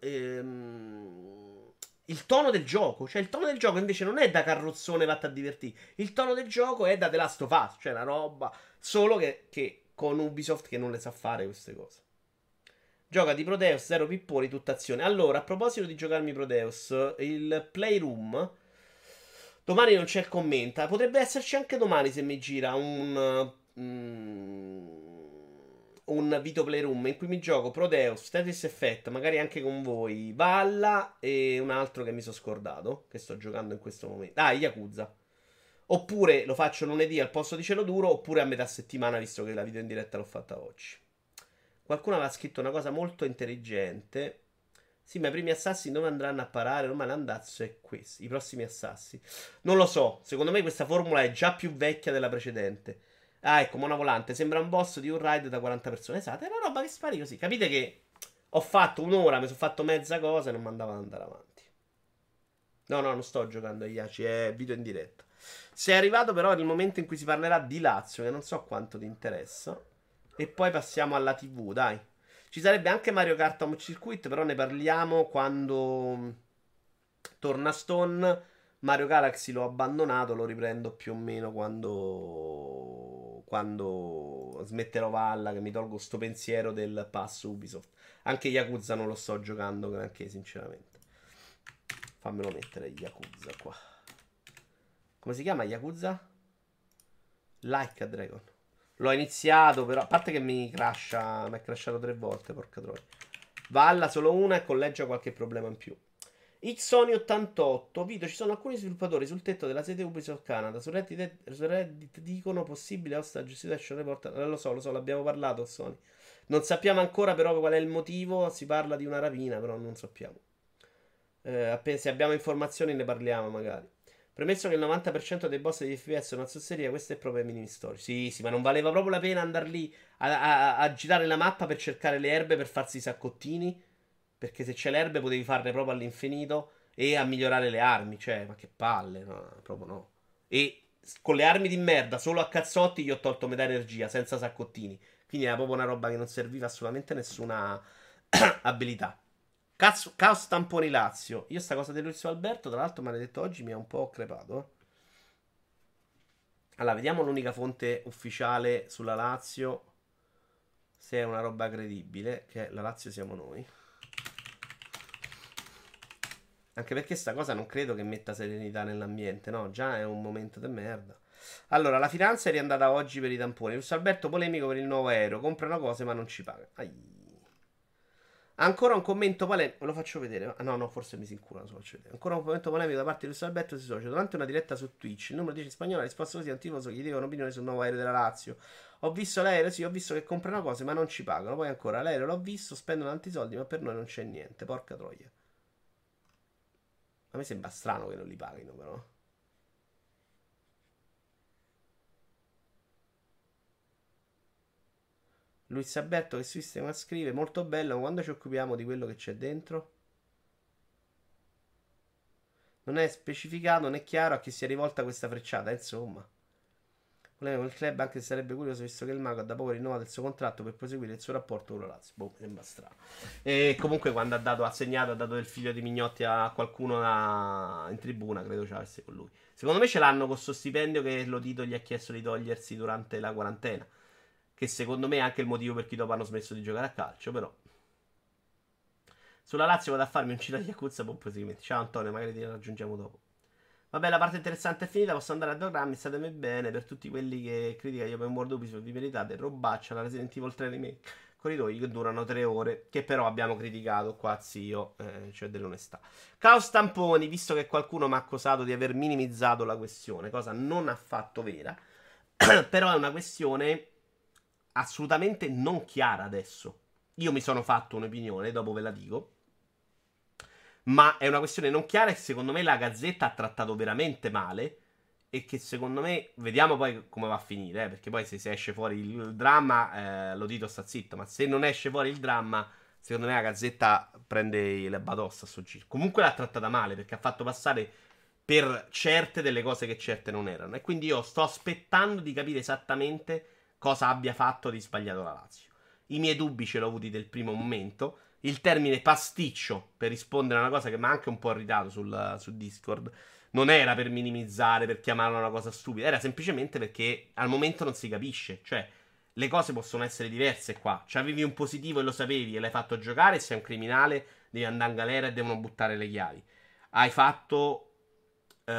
A: ehm, il tono del gioco. Cioè, il tono del gioco invece non è da carrozzone vatta a divertire. Il tono del gioco è da The Last of Us. Cioè, una roba. Solo che, che con Ubisoft che non le sa fare queste cose. Gioca di Proteus, zero pipponi, tutta azione. Allora, a proposito di giocarmi Proteus, il Playroom. Domani non c'è il commenta. Potrebbe esserci anche domani se mi gira un. mm, un Vito Playroom in cui mi gioco Proteus, Tetris Effect, magari anche con voi, Valla e un altro che mi sono scordato, che sto giocando in questo momento. Ah, Yakuza. Oppure lo faccio lunedì al posto di cielo duro, oppure a metà settimana, visto che la video in diretta l'ho fatta oggi. Qualcuno aveva scritto una cosa molto intelligente. Sì, ma i primi assassi dove andranno a parare? Ormai l'andazzo è questo. I prossimi assassi. Non lo so. Secondo me questa formula è già più vecchia della precedente. Ah, ecco, Mona Volante. Sembra un boss di un raid da quaranta persone. Esatto, è una roba che spari così. Capite che ho fatto un'ora, mi sono fatto mezza cosa e non mi andava ad andare avanti. No, no, non sto giocando a Iaci, è video in diretta. Sei arrivato però nel momento in cui si parlerà di Lazio, che non so quanto ti interessa. E poi passiamo alla T V, dai. Ci sarebbe anche Mario Kart Home Circuit, però ne parliamo quando mh, torna Stone. Mario Galaxy l'ho abbandonato, lo riprendo più o meno quando quando smetterò Valla, che mi tolgo sto pensiero del pass Ubisoft. Anche Yakuza non lo sto giocando granché, sinceramente. Fammelo mettere Yakuza qua. Come si chiama Yakuza? Like a Dragon. L'ho iniziato, però. A parte che mi crasha. Mi è crashato tre volte, porca troia. Valla solo una e collegia qualche problema in più. Xoni ottantotto. Vito, ci sono alcuni sviluppatori sul tetto della sede Ubisoft Canada. Su Reddit, su Reddit dicono possibile hostage situation report. Eh, lo so, lo so, l'abbiamo parlato, Sony. Non sappiamo ancora però qual è il motivo. Si parla di una rapina, però non sappiamo. Eh, appena se abbiamo informazioni ne parliamo magari. Premesso che il novanta per cento dei boss degli F P S sono a zozzeria, questo è proprio minimi story. Sì, sì, ma non valeva proprio la pena andare lì a, a- a girare la mappa per cercare le erbe per farsi i saccottini. Perché se c'è le erbe potevi farle proprio all'infinito e a migliorare le armi. Cioè, ma che palle, no, proprio no. E con le armi di merda, solo a cazzotti, gli ho tolto metà energia, senza saccottini. Quindi era proprio una roba che non serviva assolutamente nessuna abilità. Cazzo, Caos Tamponi Lazio. Io sta cosa di Luis Alberto, tra l'altro, mi ha detto oggi, mi ha un po' crepato. Allora, vediamo l'unica fonte ufficiale sulla Lazio. Se è una roba credibile, che la Lazio siamo noi. Anche perché sta cosa non credo che metta serenità nell'ambiente, no? Già è un momento di merda. Allora, la finanza è riandata oggi per i tamponi. Luis Alberto polemico per il nuovo aereo. Comprano cose ma non ci paga. Ai. Ancora un commento polemico. Lo faccio vedere. Ah, no, no, forse mi si incura. Lo faccio vedere. Ancora un commento polemico da parte di Luis Alberto sui social. Durante una diretta su Twitch, il numero dieci spagnolo ha risposto così a un tifoso che gli chiedeva un'opinione sul nuovo aereo della Lazio. Ho visto l'aereo, sì, ho visto che comprano cose ma non ci pagano. Poi ancora, l'aereo l'ho visto, spendono tanti soldi, ma per noi non c'è niente. Porca troia. A me sembra strano che non li paghino, però. Luis Alberto che su Instagram scrive molto bello, ma quando ci occupiamo di quello che c'è dentro non è specificato né chiaro a chi sia rivolta questa frecciata, insomma. Volevo il club anche se sarebbe curioso visto che il Mago ha da poco rinnovato il suo contratto per proseguire il suo rapporto con la Lazio. Boh, mi sembra strano. E comunque quando ha dato, ha segnato, ha dato del figlio di Mignotti a qualcuno da- in tribuna, credo ce l'avesse con lui. Secondo me ce l'hanno con questo stipendio che Lotito gli ha chiesto di togliersi durante la quarantena. Che secondo me è anche il motivo per cui dopo hanno smesso di giocare a calcio, però. Sulla Lazio vado a farmi un giro a Yakuza pomposamente. Ciao Antonio, magari ti raggiungiamo dopo. Vabbè, la parte interessante è finita, posso andare a Dogrammi, statemi bene. Per tutti quelli che criticano gli open world Ubisoft, vi meritate robaccia la Resident Evil tre Remake. Corridoi che durano tre ore, che però abbiamo criticato qua, zio, eh, cioè dell'onestà. Caos Tamponi, visto che qualcuno mi ha accusato di aver minimizzato la questione, cosa non affatto vera, però è una questione assolutamente non chiara adesso. Io mi sono fatto un'opinione, dopo ve la dico. Ma è una questione non chiara e secondo me la Gazzetta ha trattato veramente male. E che secondo me, vediamo poi come va a finire. Eh, perché poi se, se esce fuori il, il dramma, eh, lo dito sta zitto. Ma se non esce fuori il dramma, secondo me la Gazzetta prende le batoste a sto giro. Comunque l'ha trattata male perché ha fatto passare per certe delle cose che certe non erano. E quindi io sto aspettando di capire esattamente cosa abbia fatto di sbagliato la Lazio. I miei dubbi ce l'ho avuti del primo momento. Il termine pasticcio, per rispondere a una cosa che mi ha anche un po' irritato sul, su Discord, non era per minimizzare, per chiamarla una cosa stupida, era semplicemente perché al momento non si capisce. Cioè, le cose possono essere diverse qua. Cioè, avevi un positivo e lo sapevi e l'hai fatto giocare, sei un criminale, devi andare in galera e devono buttare le chiavi. Hai fatto... eh,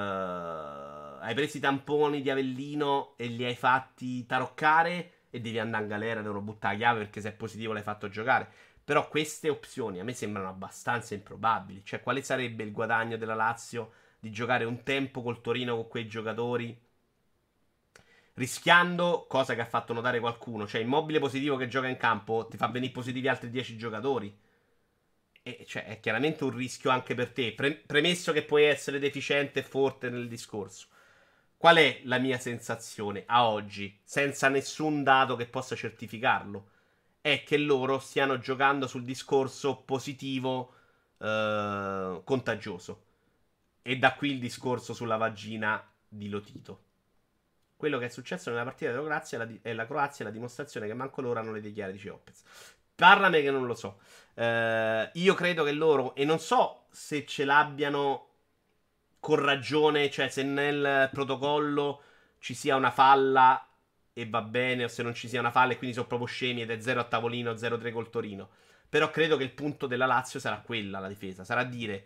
A: hai preso i tamponi di Avellino e li hai fatti taroccare e devi andare in galera, devono buttare la chiave perché se è positivo l'hai fatto giocare. Però queste opzioni a me sembrano abbastanza improbabili. Cioè, quale sarebbe il guadagno della Lazio di giocare un tempo col Torino con quei giocatori, rischiando, cosa che ha fatto notare qualcuno, cioè Immobile positivo che gioca in campo ti fa venire positivi altri dieci giocatori. E cioè è chiaramente un rischio anche per te, pre- premesso che puoi essere deficiente e forte nel discorso. Qual è la mia sensazione a oggi, senza nessun dato che possa certificarlo? È che loro stiano giocando sul discorso positivo eh, contagioso. E da qui il discorso sulla vagina di Lotito. Quello che è successo nella partita della Croazia è la, di- è la Croazia è la dimostrazione che manco loro hanno le dichiare, dice Opez. Parlami che non lo so. Eh, io credo che loro, e non so se ce l'abbiano con ragione, cioè se nel protocollo ci sia una falla e va bene, o se non ci sia una falla e quindi sono proprio scemi ed è zero a tavolino, zero tre col Torino. Però credo che il punto della Lazio sarà quella, la difesa. Sarà dire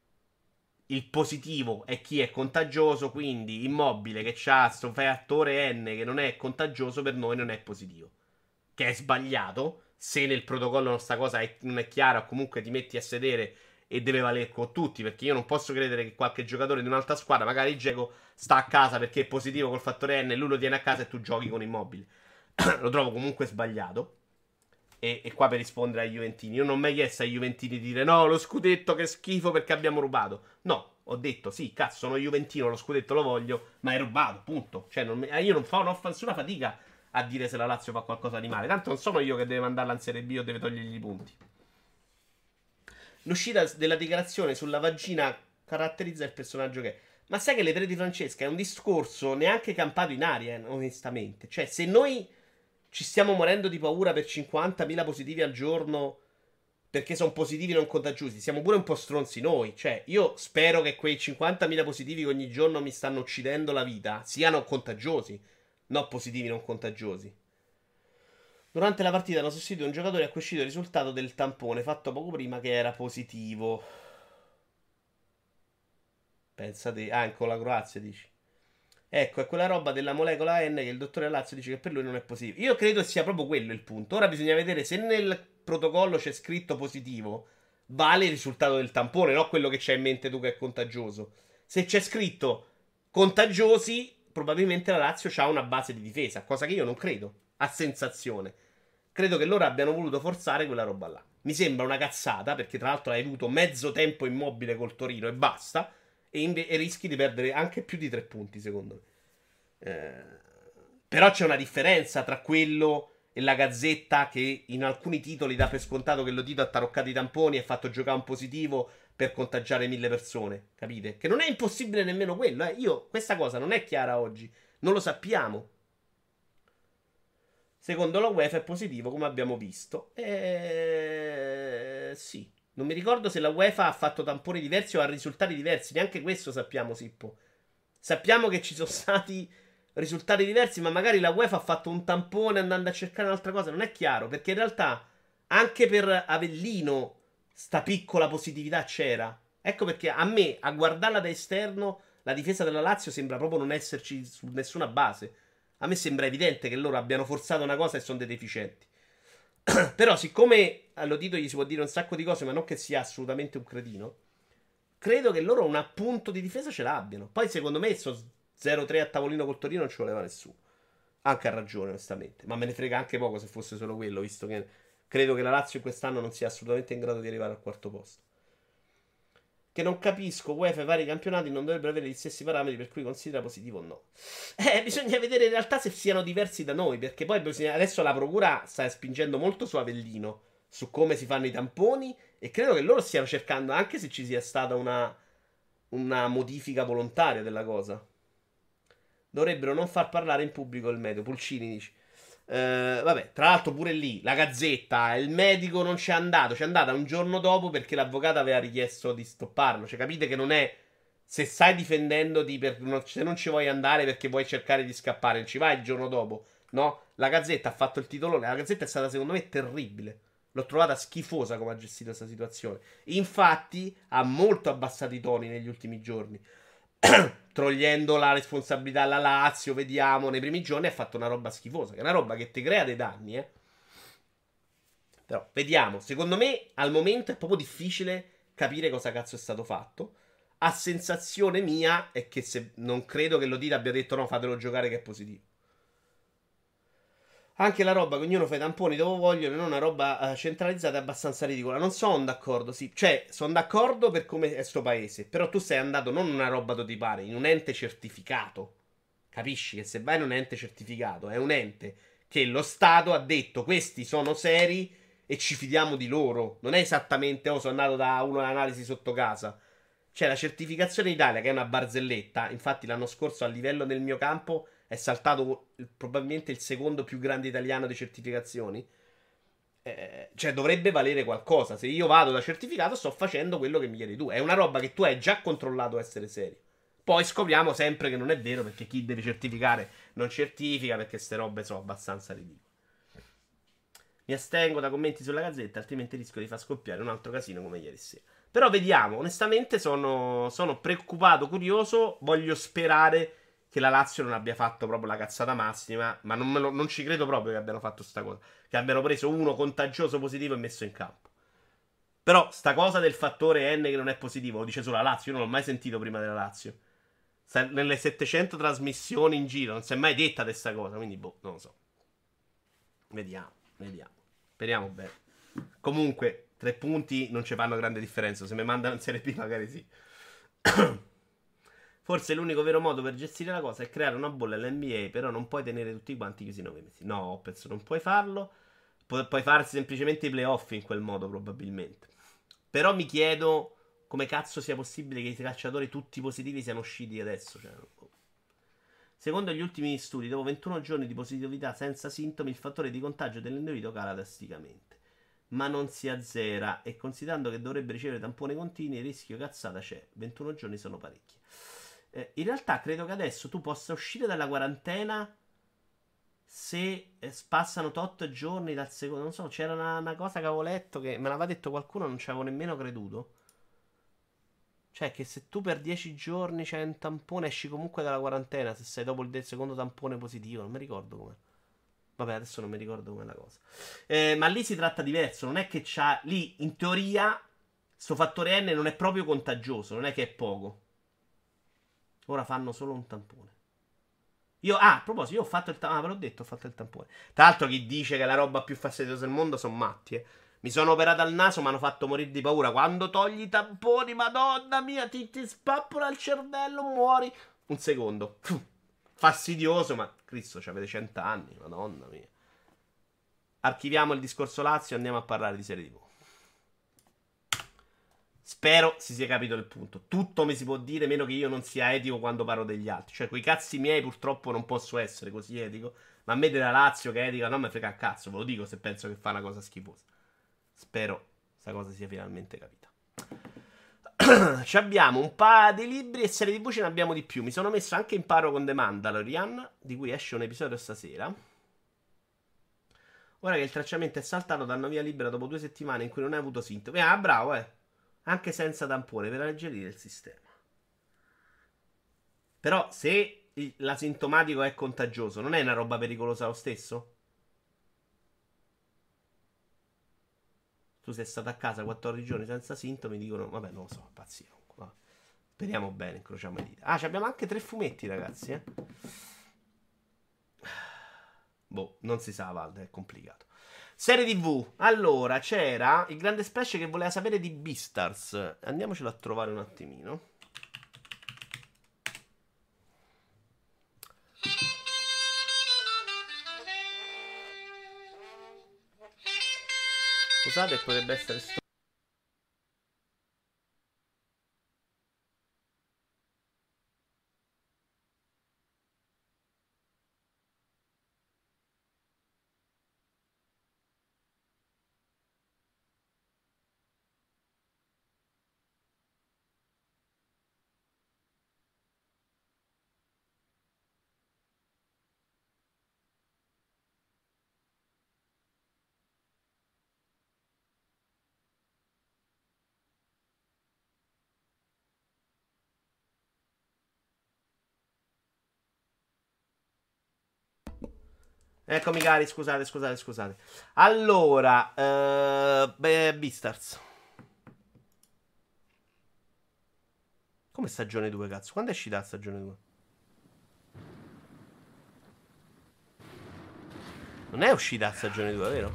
A: il positivo è chi è contagioso, quindi Immobile che ha sto fattore N che non è contagioso per noi non è positivo. Che è sbagliato. Se nel protocollo questa cosa è, non è chiara o comunque ti metti a sedere e deve valere con tutti, perché io non posso credere che qualche giocatore di un'altra squadra, magari Dzeko, sta a casa perché è positivo col fattore N e lui lo tiene a casa e tu giochi con Immobile. Lo trovo comunque sbagliato. E, e qua per rispondere ai Juventini, io non ho mai chiesto ai Juventini di dire no, lo scudetto che schifo perché abbiamo rubato. No, ho detto sì, cazzo, sono Juventino, lo scudetto lo voglio, ma è rubato, punto. Cioè, non, io non, fa, non ho nessuna fatica a dire se la Lazio fa qualcosa di male. Tanto non sono io che deve mandarla in Serie B o deve togliergli i punti. L'uscita della dichiarazione sulla vagina caratterizza il personaggio che è. Ma sai che le tre di Francesca è un discorso neanche campato in aria, eh, onestamente. Cioè, se noi ci stiamo morendo di paura per cinquantamila positivi al giorno perché sono positivi non contagiosi, siamo pure un po' stronzi noi. Cioè, io spero che quei cinquantamila positivi che ogni giorno mi stanno uccidendo la vita siano contagiosi, non positivi non contagiosi. Durante la partita hanno sostituito un giocatore e ha coinciso il risultato del tampone fatto poco prima che era positivo. Pensate, ah, con la Croazia dici. Ecco, è quella roba della molecola N che il dottore Lazio dice che per lui non è positivo. Io credo sia proprio quello il punto. Ora bisogna vedere se nel protocollo c'è scritto positivo, vale il risultato del tampone, non quello che c'hai in mente tu che è contagioso. Se c'è scritto contagiosi, probabilmente la Lazio ha una base di difesa, cosa che io non credo, a sensazione. Credo che loro abbiano voluto forzare quella roba là. Mi sembra una cazzata, perché tra l'altro hai avuto mezzo tempo immobile col Torino e basta, e, inve- e rischi di perdere anche più di tre punti, secondo me. Eh, però c'è una differenza tra quello e la Gazzetta che in alcuni titoli dà per scontato che lo Tito ha taroccato i tamponi e ha fatto giocare un positivo per contagiare mille persone, capite? Che non è impossibile nemmeno quello, eh. Io, questa cosa non è chiara oggi, non lo sappiamo. Secondo la UEFA è positivo, come abbiamo visto. Eh, sì. Non mi ricordo se la UEFA ha fatto tamponi diversi o ha risultati diversi. Neanche questo sappiamo, Sippo. Sappiamo che ci sono stati risultati diversi, ma magari la UEFA ha fatto un tampone andando a cercare un'altra cosa. Non è chiaro, perché in realtà anche per Avellino sta piccola positività c'era. Ecco perché a me, a guardarla da esterno, la difesa della Lazio sembra proprio non esserci su nessuna base. A me sembra evidente che loro abbiano forzato una cosa e sono dei deficienti. Però, siccome allo Tito gli si può dire un sacco di cose, ma non che sia assolutamente un cretino, credo che loro un appunto di difesa ce l'abbiano. Poi, secondo me, so zero tre a tavolino col Torino non ci voleva nessuno. Anche a ragione, onestamente. Ma me ne frega anche poco se fosse solo quello, visto che credo che la Lazio quest'anno non sia assolutamente in grado di arrivare al quarto posto. Che non capisco, UEFA e vari campionati non dovrebbero avere gli stessi parametri per cui considera positivo o no. Eh, bisogna vedere in realtà se siano diversi da noi, perché poi bisogna... adesso la procura sta spingendo molto su Avellino, su come si fanno i tamponi, e credo che loro stiano cercando, anche se ci sia stata una, una modifica volontaria della cosa. Dovrebbero non far parlare in pubblico il medico. Pulcini dice. Eh, vabbè, tra l'altro pure lì, la Gazzetta, il medico non c'è andato, c'è andata un giorno dopo perché l'avvocato aveva richiesto di stopparlo. Cioè, capite che non è... Se stai difendendoti, per, non, se non ci vuoi andare perché vuoi cercare di scappare, non ci vai il giorno dopo, no? La Gazzetta ha fatto il titolone, la Gazzetta è stata secondo me terribile. L'ho trovata schifosa come ha gestito questa situazione. Infatti, ha molto abbassato i toni negli ultimi giorni. Togliendo la responsabilità alla Lazio, vediamo, nei primi giorni ha fatto una roba schifosa, che è una roba che ti crea dei danni, eh. Però, vediamo, secondo me al momento è proprio difficile capire cosa cazzo è stato fatto. A sensazione mia è che se non credo che lo Dita abbia detto no, fatelo giocare che è positivo. Anche la roba che ognuno fa i tamponi dove vogliono, non una roba eh, centralizzata è abbastanza ridicola. Non sono d'accordo, sì. Cioè, sono d'accordo per come è sto paese. Però tu sei andato non in una roba dove ti pare, in un ente certificato. Capisci che se vai in un ente certificato, è un ente che lo Stato ha detto questi sono seri e ci fidiamo di loro. Non è esattamente, oh, sono andato da un'analisi sotto casa. C'è la certificazione Italia, che è una barzelletta. Infatti, l'anno scorso, a livello del mio campo, è saltato probabilmente il secondo più grande italiano di certificazioni. Eh, cioè, dovrebbe valere qualcosa. Se io vado da certificato, sto facendo quello che mi chiedi tu. È una roba che tu hai già controllato essere serio. Poi scopriamo sempre che non è vero perché chi deve certificare non certifica perché queste robe sono abbastanza ridicole. Mi astengo da commenti sulla gazzetta, altrimenti rischio di far scoppiare un altro casino come ieri sera. Però vediamo, onestamente sono, sono preoccupato, curioso, voglio sperare che la Lazio non abbia fatto proprio la cazzata massima, ma non, me lo- non ci credo proprio che abbiano fatto sta cosa, che abbiano preso uno contagioso positivo e messo in campo. Però sta cosa del fattore N che non è positivo, lo dice solo la Lazio, io non l'ho mai sentito prima della Lazio. Sta nelle settecento trasmissioni in giro, non si è mai detta questa cosa, quindi boh, non lo so. Vediamo, vediamo. Speriamo bene. Comunque, tre punti non ci fanno grande differenza. Se mi mandano in Serie B, magari sì. Forse l'unico vero modo per gestire la cosa è creare una bolla all'N B A, però non puoi tenere tutti quanti chiusi nove mesi. No, penso non puoi farlo. Pu- puoi farsi semplicemente i playoff in quel modo, probabilmente. Però mi chiedo come cazzo sia possibile che i calciatori tutti positivi siano usciti adesso. Cioè, boh. Secondo gli ultimi studi, dopo ventuno giorni di positività senza sintomi, il fattore di contagio dell'individuo cala drasticamente. Ma non si azzera e considerando che dovrebbe ricevere tamponi continui, il rischio cazzata c'è. ventuno giorni sono parecchi. Eh, in realtà credo che adesso tu possa uscire dalla quarantena se eh, passano tot giorni dal secondo. Non so, c'era una, una cosa che avevo letto che me l'aveva detto qualcuno, non ci avevo nemmeno creduto. Cioè, che se tu per dieci giorni c'hai un tampone, esci comunque dalla quarantena. Se sei dopo il del secondo tampone positivo, non mi ricordo come. Vabbè, adesso non mi ricordo com'è la cosa. Eh, ma lì si tratta diverso. Non è che c'ha. Lì, in teoria, sto fattore N non è proprio contagioso. Non è che è poco. Ora fanno solo un tampone. Io, ah, a proposito, io ho fatto il tampone. Ah, ve l'ho detto, ho fatto il tampone. Tra l'altro, chi dice che è la roba più fastidiosa del mondo sono matti, eh. Mi sono operato al naso, mi hanno fatto morire di paura. Quando togli i tamponi, madonna mia, ti, ti spappola il cervello, muori. Un secondo. Fuh. Fastidioso, ma Cristo, avete cento anni, madonna mia. Archiviamo il discorso Lazio e andiamo a parlare di Serie T V. Spero si sia capito il punto. Tutto mi si può dire, meno che io non sia etico quando parlo degli altri. Cioè, quei cazzi miei purtroppo non posso essere così etico. Ma a me della Lazio che è etica non mi frega un cazzo. Ve lo dico se penso che fa una cosa schifosa. Spero questa cosa sia finalmente capita. Ci abbiamo un paio di libri e serie T V ce ne abbiamo di più. Mi sono messo anche in paro con The Mandalorian, di cui esce un episodio stasera. Ora che il tracciamento è saltato, danno via libera dopo due settimane in cui non hai avuto sintomi. Ah, bravo, eh. Anche senza tampone per alleggerire il sistema. Però se il- l'asintomatico è contagioso, non è una roba pericolosa lo stesso? Tu sei stato a casa quattordici giorni senza sintomi, dicono, vabbè, non lo so, pazzia. Vabbè. Speriamo bene, incrociamo le dita. Ah, ci abbiamo anche tre fumetti, ragazzi, eh. Boh, non si sa, Valde, è complicato. Serie T V. Allora, c'era il grande splash che voleva sapere di Beastars. Andiamocelo a trovare un attimino. Scusate, potrebbe essere sto. Eccomi cari, scusate, scusate, scusate. Allora, eh, beh, Beastars. Come stagione due, cazzo? Quando è uscita la stagione due? Non è uscita la stagione due, vero?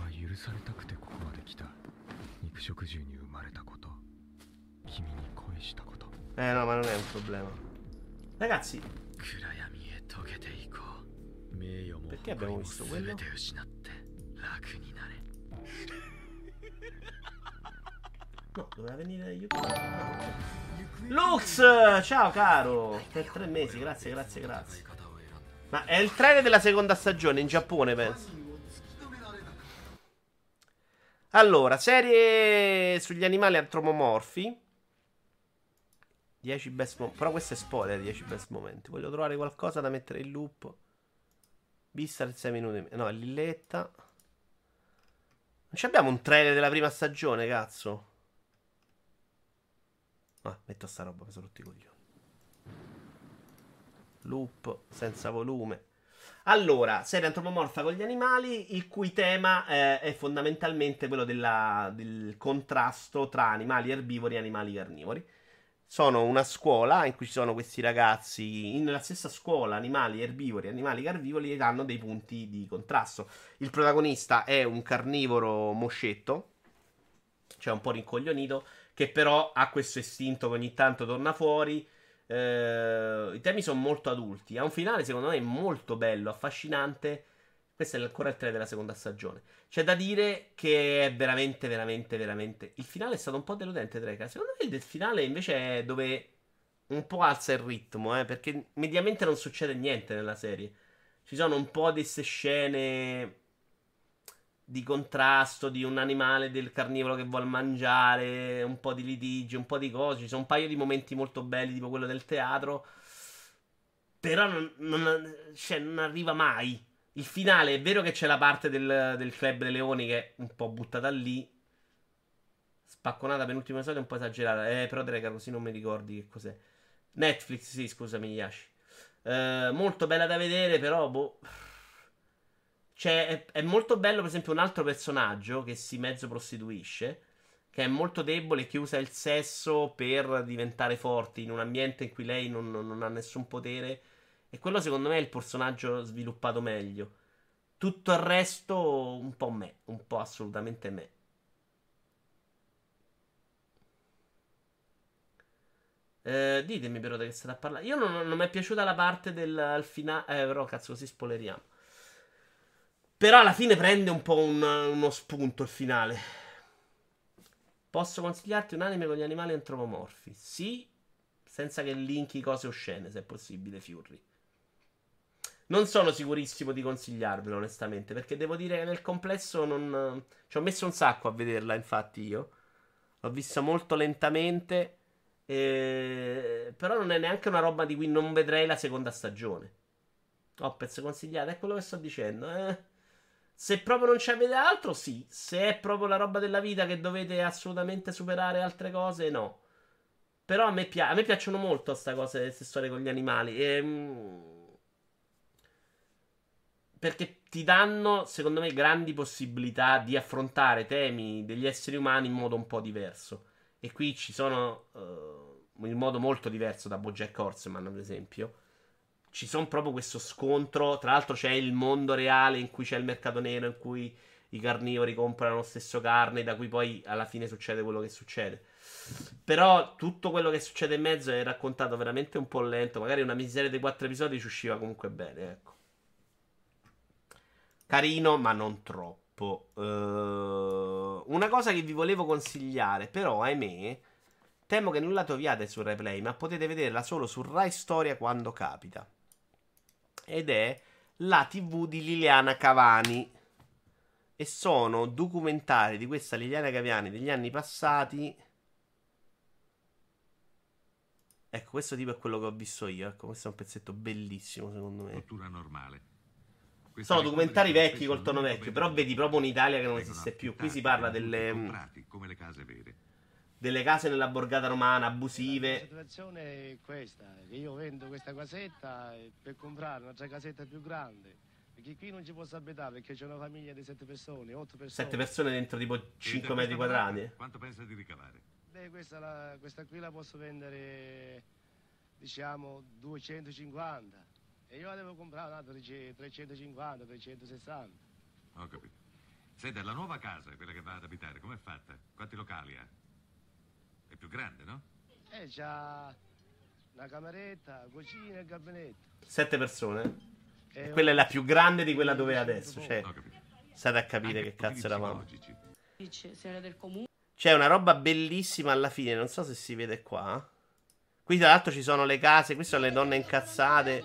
A: Eh no, ma non è un problema. Ragazzi, perché abbiamo visto quello? No, doveva venire Yuki. Lux! Ciao caro! Per tre mesi, grazie, grazie, grazie. Ma è il trailer della seconda stagione in Giappone, penso. Allora, serie sugli animali antropomorfi. dieci best momenti. Però questo è spoiler, dieci best momenti. Voglio trovare qualcosa da mettere in loop. Vista il sei minuti. No, è Lilletta. Non ci abbiamo un trailer della prima stagione, cazzo. Ah, metto sta roba, mi sono rotti i coglioni. Loop senza volume. Allora, serie antropomorfa con gli animali, il cui tema eh, è fondamentalmente quello della- del contrasto tra animali erbivori e animali carnivori. Sono una scuola in cui ci sono questi ragazzi, in- nella stessa scuola, animali erbivori e animali carnivori, e hanno dei punti di contrasto. Il protagonista è un carnivoro moscetto, cioè un po' rincoglionito, che però ha questo istinto che ogni tanto torna fuori. Eh, I temi sono molto adulti. Ha un finale, secondo me, molto bello, affascinante. Questo è ancora il trailer della seconda stagione. C'è da dire che è veramente, veramente, veramente. Il finale è stato un po' deludente, Treca. Secondo me il finale invece è dove un po' alza il ritmo, eh, perché mediamente non succede niente nella serie. Ci sono un po' di queste scene di contrasto di un animale del carnivoro che vuole mangiare, un po' di litigi, un po' di cose. Ci sono un paio di momenti molto belli, tipo quello del teatro. Però non, non- cioè, non arriva mai. Il finale è vero che c'è la parte del, del Club dei Leoni che è un po' buttata lì. Spacconata penultima episodio, un po' esagerata. Eh, però Drega, così non mi ricordi che cos'è. Netflix, sì, scusami, Yashi. Eh, molto bella da vedere, però, boh. Cioè, è, è molto bello, per esempio, un altro personaggio che si mezzo prostituisce, che è molto debole e che usa il sesso per diventare forte in un ambiente in cui lei non, non- non ha nessun potere. E quello, secondo me, è il personaggio sviluppato meglio. Tutto il resto, un po' me, un po' assolutamente me. Eh, ditemi però di che state a parlare. Io non, non mi è piaciuta la parte del finale. Eh, però, cazzo, così spoileriamo. Però alla fine prende un po' un- uno spunto il finale. Posso consigliarti un anime con gli animali antropomorfi? Sì, senza che linki cose oscene, se è possibile, Fury. Non sono sicurissimo di consigliarvelo, onestamente, perché devo dire che nel complesso non... Ci ho messo un sacco a vederla, infatti, io. L'ho vista molto lentamente, eh, però non è neanche una roba di cui non vedrei la seconda stagione. Hoppez consigliata, è quello che sto dicendo, eh. Se proprio non c'avete altro, sì. Se è proprio la roba della vita che dovete assolutamente superare altre cose, no. Però a me, pia- a me piacciono molto queste cose, queste storie con gli animali. Ehm, perché ti danno, secondo me, grandi possibilità di affrontare temi degli esseri umani in modo un po' diverso. E qui ci sono, eh, in modo molto diverso da BoJack Horseman, ad esempio. Ci sono proprio questo scontro. Tra l'altro, c'è il mondo reale in cui c'è il mercato nero, in cui i carnivori comprano lo stesso carne, da cui poi alla fine succede quello che succede. Però tutto quello che succede in mezzo è raccontato veramente un po' lento. Magari una miseria dei quattro episodi ci usciva comunque bene, ecco. Carino, ma non troppo. Uh, una cosa che vi volevo consigliare, però, ahimè, temo che non la troviate su Replay, ma potete vederla solo su Rai Storia quando capita. Ed è la T V di Liliana Cavani. E sono documentari di questa Liliana Cavani degli anni passati. Ecco, questo tipo è quello che ho visto io. Ecco, questo è un pezzetto bellissimo, secondo me.
B: Cottura normale. Queste
A: Sono
B: ricoveri
A: documentari
B: sono
A: vecchi
B: spesso
A: col tono
B: l'unico
A: vecchio,
B: bene
A: però vedi proprio
B: dell'occupazione.
A: un'Italia che non
B: Vengono
A: esiste più. Qui si
B: affittati,
A: parla
B: venduti,
A: delle,
B: comprati come le case vere.
A: delle case nella borgata romana
C: E la mia
A: abusive.
C: situazione è questa, che io vendo questa casetta eh, per comprare un'altra casetta più grande, perché qui non ci posso abitare perché c'è una famiglia di sette persone, otto
A: Sette
C: persone.
A: persone dentro tipo
B: E
A: cinque
B: per
A: metri
B: questa baracca,
A: quadrati.
B: quanto pensa di ricavare?
C: Beh, questa, la- questa qui la posso vendere, diciamo, duecentocinquanta. E io la devo comprare un'altra di trecentocinquanta, trecentosessanta.
B: Ho capito. Senta, la nuova casa, quella che va ad abitare, com'è fatta? Quanti locali ha? È più grande, no?
C: Eh, c'ha una cameretta, cucina e gabinetto.
A: Sette persone.
C: E
A: Quella è
C: un-
A: la più grande di quella
C: un
A: dove è
C: vicino
A: adesso.
C: di
A: Cioè,
B: Ho capito.
A: state a capire
B: Anche
A: che cazzo
B: profili
A: eravamo.
B: psicologici.
D: Dice, signore del comune.
A: C'è una roba bellissima alla fine, non so se si vede qua. Qui tra l'altro ci sono le case, qui sono le donne incazzate.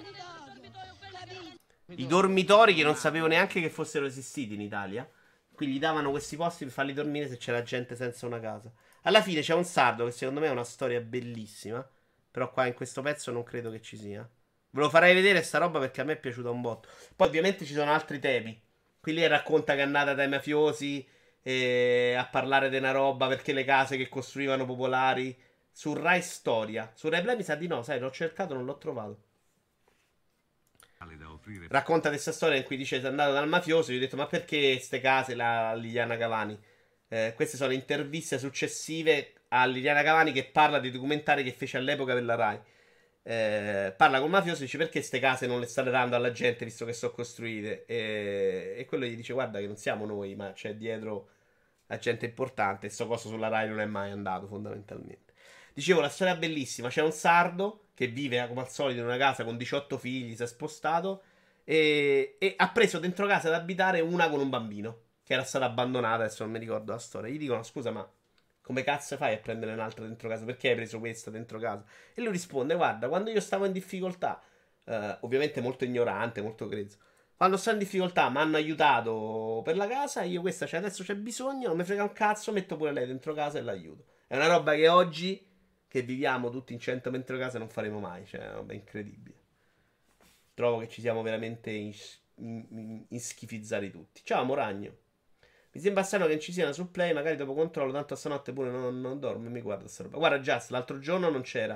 A: I dormitori che non sapevo neanche che fossero esistiti in Italia. Qui gli davano questi posti per farli dormire se c'era gente senza una casa. Alla fine c'è un sardo che secondo me è una storia bellissima. Però qua in questo pezzo non credo che ci sia. Ve lo farei vedere sta roba perché a me è piaciuta un botto. Poi ovviamente ci sono altri temi. Qui lei racconta che è andata dai mafiosi eh, a parlare di una roba perché le case che costruivano popolari. Su Rai Storia. Su Rai Play mi sa di no, sai, l'ho cercato, non l'ho trovato.
B: Tale da offrire
A: Racconta questa storia in cui dice sei andato dal mafioso. Gli ho detto ma perché ste case la Liliana Cavani? Eh, queste sono interviste successive a Liliana Cavani che parla dei documentari che fece all'epoca per la Rai. Eh, parla con il mafioso e dice perché ste case non le state dando alla gente visto che sono costruite. E, e quello gli dice guarda che non siamo noi ma c'è dietro la gente importante. E sto coso sulla Rai non è mai andato fondamentalmente. Dicevo, la storia è bellissima. C'è un sardo che vive come al solito in una casa con diciotto figli, si è spostato e, e ha preso dentro casa ad abitare una con un bambino che era stata abbandonata. Adesso non mi ricordo la storia. Gli dicono: scusa, ma come cazzo fai a prendere un'altra dentro casa? Perché hai preso questa dentro casa? E lui risponde: guarda, quando io stavo in difficoltà, eh, ovviamente molto ignorante, molto grezzo. Quando sto in difficoltà mi hanno aiutato per la casa. Io questa c'è, adesso c'è bisogno, non mi frega un cazzo, metto pure lei dentro casa e l'aiuto. È una roba che oggi, che viviamo tutti in cento dentro casa, non faremo mai. Cioè, è una roba incredibile. Trovo che ci siamo veramente is- in- in- inschifizzati tutti. Ciao, Moragno. Mi sembra strano che non ci sia una su Play, magari dopo controllo, tanto stanotte pure non, non dormo e mi guardo sta roba. Guarda, Just, l'altro giorno non c'era.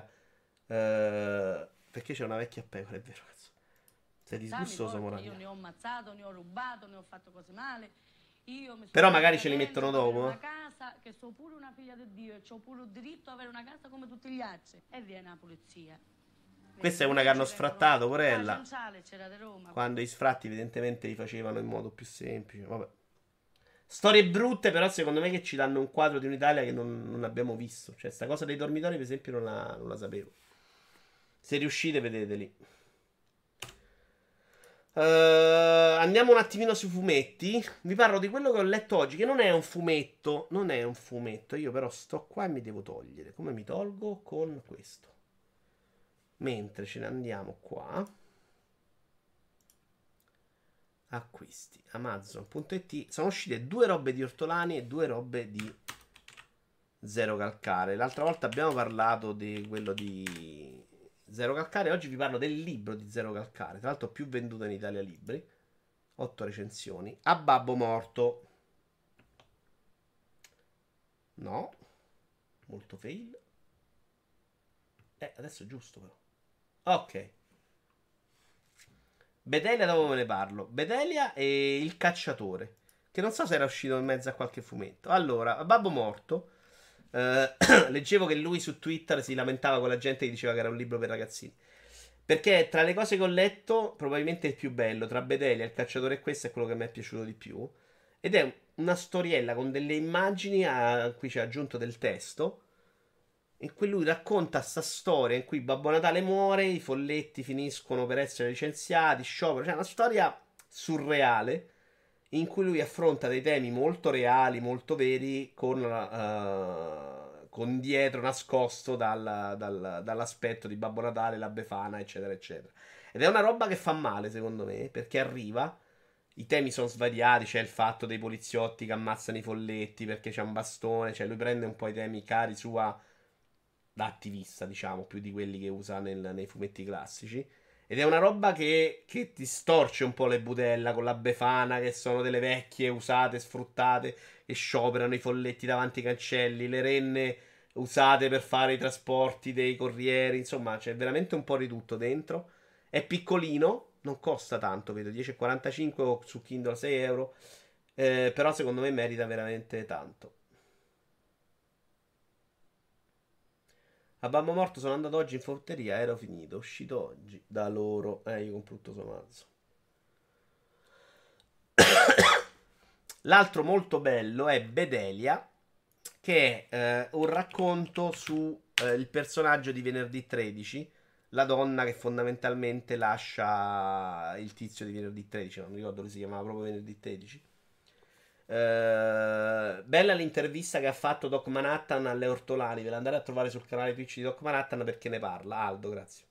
A: Eh, perché c'è una vecchia pecora, è vero, cazzo. Sei disgustoso,
D: Io
A: Moragno.
D: ne ho ammazzato, ne ho rubato, ne ho fatto cose male. Io mi sono
A: Però magari ce li
D: presa
A: mettono
D: per avere
A: dopo.
D: una casa, che sono pure una figlia di Dio e ho pure il diritto ad avere una casa come tutti gli altri. E viene la polizia.
A: Questa è una che hanno
D: Ci
A: sfrattato,
D: vengono-
A: porella.
D: La Cianciale c'era di Roma.
A: Quando i sfratti evidentemente li facevano in modo più semplice. Vabbè. Storie brutte, però, secondo me, che ci danno un quadro di un'Italia che non, non abbiamo visto. Cioè, sta cosa dei dormitori, per esempio, non la, non la sapevo. Se riuscite, vedeteli. Uh, andiamo un attimino sui fumetti. Vi parlo di quello che ho letto oggi, che non è un fumetto. Non è un fumetto. Io però sto qua e mi devo togliere. Come mi tolgo? Con questo. Mentre ce ne andiamo qua. Acquisti. Amazon punto it. Sono uscite due robe di Ortolani e due robe di Zero Calcare. L'altra volta abbiamo parlato di quello di Zero Calcare. Oggi vi parlo del libro di Zero Calcare. Tra l'altro più venduto in Italia libri. otto recensioni. A babbo morto. No. Molto fail. Eh, adesso è giusto però. Ok. Bedelia, dopo ve ne parlo. Bedelia e il cacciatore. Che non so se era uscito in mezzo a qualche fumetto. Allora, a babbo morto. Eh, leggevo che lui su Twitter si lamentava con la gente che diceva che era un libro per ragazzini. Perché tra le cose che ho letto, probabilmente il più bello tra Bedelia, il cacciatore e questo è quello che mi è piaciuto di più. Ed è una storiella con delle immagini a cui c'è aggiunto del testo. In cui lui racconta sta storia in cui Babbo Natale muore, i folletti finiscono per essere licenziati, sciopero. Cioè, una storia surreale in cui lui affronta dei temi molto reali, molto veri, con, uh, con dietro nascosto dal, dal, dall'aspetto di Babbo Natale, la Befana, eccetera, eccetera. Ed è una roba che fa male, secondo me, perché arriva. I temi sono svariati, c'è il fatto dei poliziotti che ammazzano i folletti perché c'è un bastone, cioè lui prende un po' i temi cari sua da attivista, diciamo, più di quelli che usa nel- nei fumetti classici. Ed è una roba che, che ti storce un po' le budella con la Befana, che sono delle vecchie usate, sfruttate, che scioperano i folletti davanti ai cancelli, le renne usate per fare i trasporti dei corrieri, insomma, c'è veramente un po' di tutto dentro. È piccolino, non costa tanto, vedo, dieci e quarantacinque o su Kindle sei euro, eh, però secondo me merita veramente tanto. A Babbo Morto sono andato oggi in forteria, ero finito, uscito oggi da loro. Eh, io compro tutto Somazzo. L'altro molto bello è Bedelia, che è eh, un racconto su eh, il personaggio di Venerdì tredici, la donna che fondamentalmente lascia il tizio di Venerdì tredici, non mi ricordo che si chiamava proprio Venerdì tredici. Eh, bella l'intervista che ha fatto Doc Manhattan alle Ortolani, ve la andate a trovare sul canale Twitch di Doc Manhattan perché ne parla. Aldo, grazie.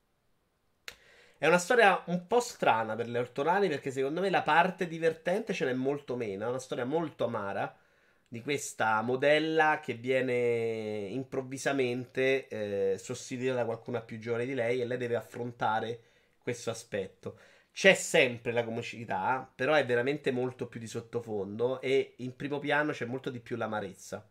A: È una storia un po' strana per le Ortolani perché secondo me la parte divertente ce n'è molto meno. È una storia molto amara di questa modella che viene improvvisamente eh, sostituita da qualcuna più giovane di lei e lei deve affrontare questo aspetto. C'è sempre la comicità, però è veramente molto più di sottofondo e in primo piano c'è molto di più l'amarezza.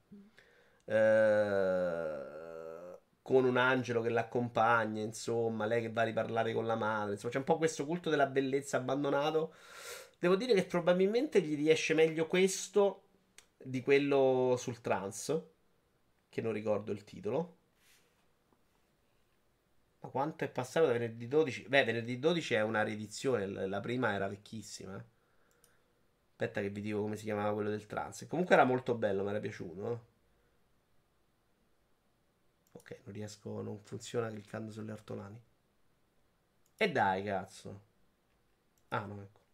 A: Eh, con un angelo che l'accompagna, insomma, lei che va a riparlare con la madre, insomma, c'è un po' questo culto della bellezza abbandonato. Devo dire che probabilmente gli riesce meglio questo di quello sul trans, che non ricordo il titolo. Ma quanto è passato da venerdì dodici? Beh, venerdì dodici è una riedizione, l- la prima era vecchissima. eh. Aspetta che vi dico come si chiamava quello del trans. Comunque era molto bello, mi era piaciuto. eh. Ok, non riesco, non funziona cliccando sulle ortolani. E dai, cazzo. Ah, no, ecco.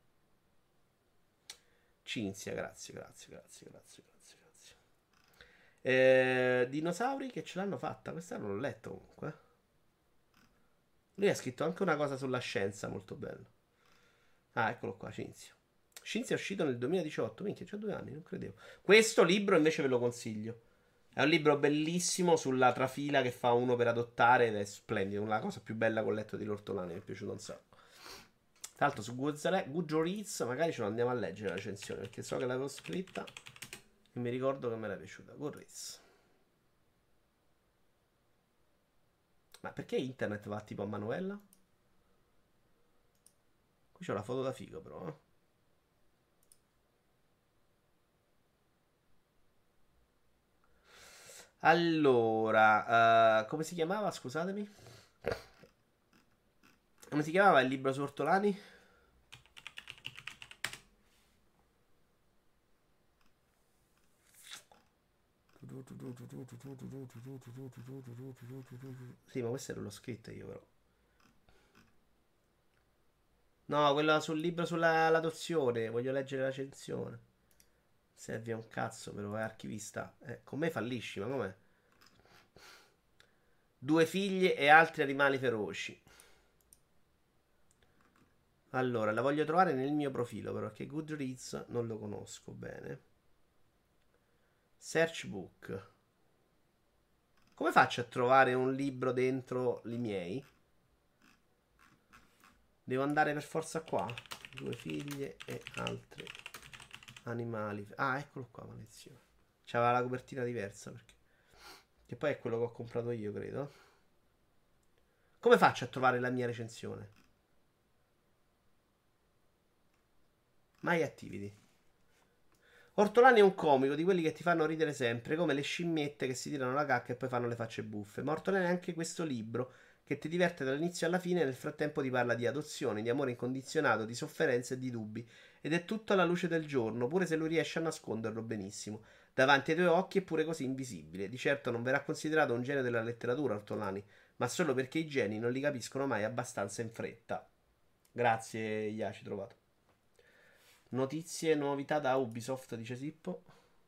A: Cinzia, grazie, grazie, grazie, grazie, grazie, grazie. Eh, dinosauri che ce l'hanno fatta. Questa non l'ho letto comunque. Lui ha scritto anche una cosa sulla scienza molto bella. Ah, eccolo qua, Cinzia. Cinzia è uscito nel duemiladiciotto, minchia, c'ha due anni, non credevo. Questo libro invece ve lo consiglio. È un libro bellissimo sulla trafila che fa uno per adottare ed è splendido. Una cosa più bella che ho letto di Lortolani, mi è piaciuto un sacco. Tra l'altro su Goodreads magari ce lo andiamo a leggere la recensione, perché so che l'avevo scritta e mi ricordo che me era piaciuta. Goodreads. Ma perché internet va tipo a Manuela? Qui c'ho la foto da figo però, eh. Allora, eh, come si chiamava? Scusatemi. Come si chiamava il libro su Ortolani? Sì, ma questo non l'ho scritto io però. No, quello sul libro sull'adozione. Voglio leggere la recensione. Serve a un cazzo però, è archivista. Eh, con me fallisci, ma com'è? Due figlie e altri animali feroci. Allora, la voglio trovare nel mio profilo, però, perché Goodreads non lo conosco bene. Search book. Come faccio a trovare un libro dentro i miei? Devo andare per forza qua. Due figlie e altri animali. Ah, eccolo qua, maledizione. C'aveva la copertina diversa perché. Che poi è quello che ho comprato io, credo. Come faccio a trovare la mia recensione? My Activity. Ortolani è un comico di quelli che ti fanno ridere sempre, come le scimmiette che si tirano la cacca e poi fanno le facce buffe. Ma Ortolani è anche questo libro che ti diverte dall'inizio alla fine e nel frattempo ti parla di adozioni, di amore incondizionato, di sofferenze e di dubbi. Ed è tutto alla luce del giorno, pure se lui riesce a nasconderlo benissimo. Davanti ai tuoi occhi è pure così invisibile. Di certo non verrà considerato un genio della letteratura, Ortolani, ma solo perché i geni non li capiscono mai abbastanza in fretta. Grazie, Iaci, trovato. Notizie, novità da Ubisoft, dice Sippo.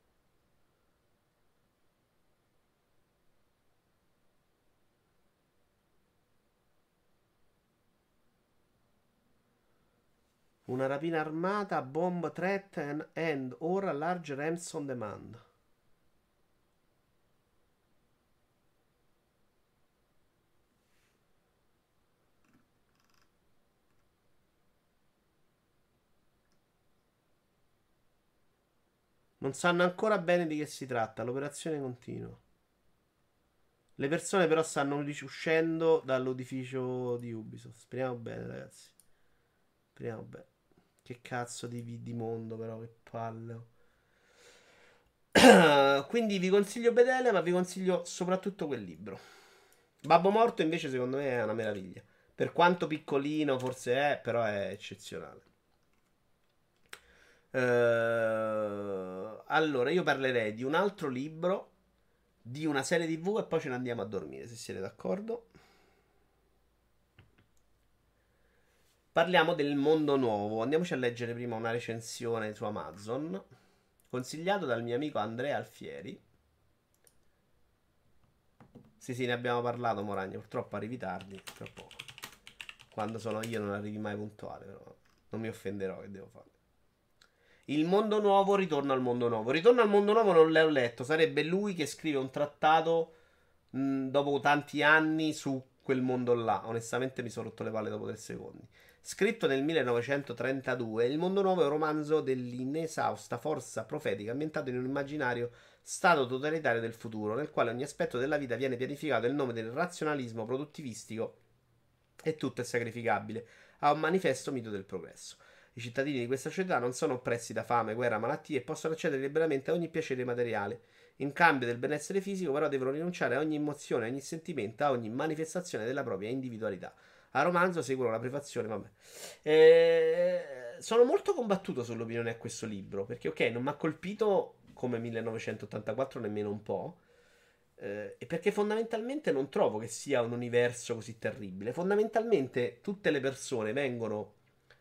A: Una rapina armata, bomb threat and, and ora large ransom demand. Non sanno ancora bene di che si tratta, l'operazione continua. Le persone però stanno uscendo dall'edificio di Ubisoft. Speriamo bene, ragazzi. Speriamo bene. Che cazzo di, di mondo però, che palle. Quindi vi consiglio Bedelia, ma vi consiglio soprattutto quel libro. Babbo Morto invece secondo me è una meraviglia. Per quanto piccolino forse è, però è eccezionale. Eh, allora, io parlerei di un altro libro, di una serie T V e poi ce ne andiamo a dormire, se siete d'accordo. Parliamo del mondo nuovo. Andiamoci a leggere prima una recensione su Amazon, consigliato dal mio amico Andrea Alfieri. Sì, sì, ne abbiamo parlato, Moragno. Purtroppo arrivi tardi, tra poco. Quando sono io non arrivi mai puntuale, però non mi offenderò, che devo fare. Il mondo nuovo, ritorno al mondo nuovo. Ritorno al mondo nuovo non l'ho letto. Sarebbe lui che scrive un trattato mh, dopo tanti anni su quel mondo là. Onestamente mi sono rotto le palle dopo tre secondi. Scritto nel millenovecentotrentadue, Il mondo nuovo è un romanzo dell'inesausta forza profetica ambientato in un immaginario stato totalitario del futuro, nel quale ogni aspetto della vita viene pianificato in nome del razionalismo produttivistico e tutto è sacrificabile a un manifesto mito del progresso. I cittadini di questa società non sono oppressi da fame, guerra, malattie e possono accedere liberamente a ogni piacere materiale. In cambio del benessere fisico, però, devono rinunciare a ogni emozione, a ogni sentimento, a ogni manifestazione della propria individualità. Al romanzo seguono la prefazione, vabbè. Eh, sono molto combattuto sull'opinione a questo libro, perché ok, non mi ha colpito come millenovecentottantaquattro nemmeno un po', eh, e perché fondamentalmente non trovo che sia un universo così terribile. Fondamentalmente tutte le persone vengono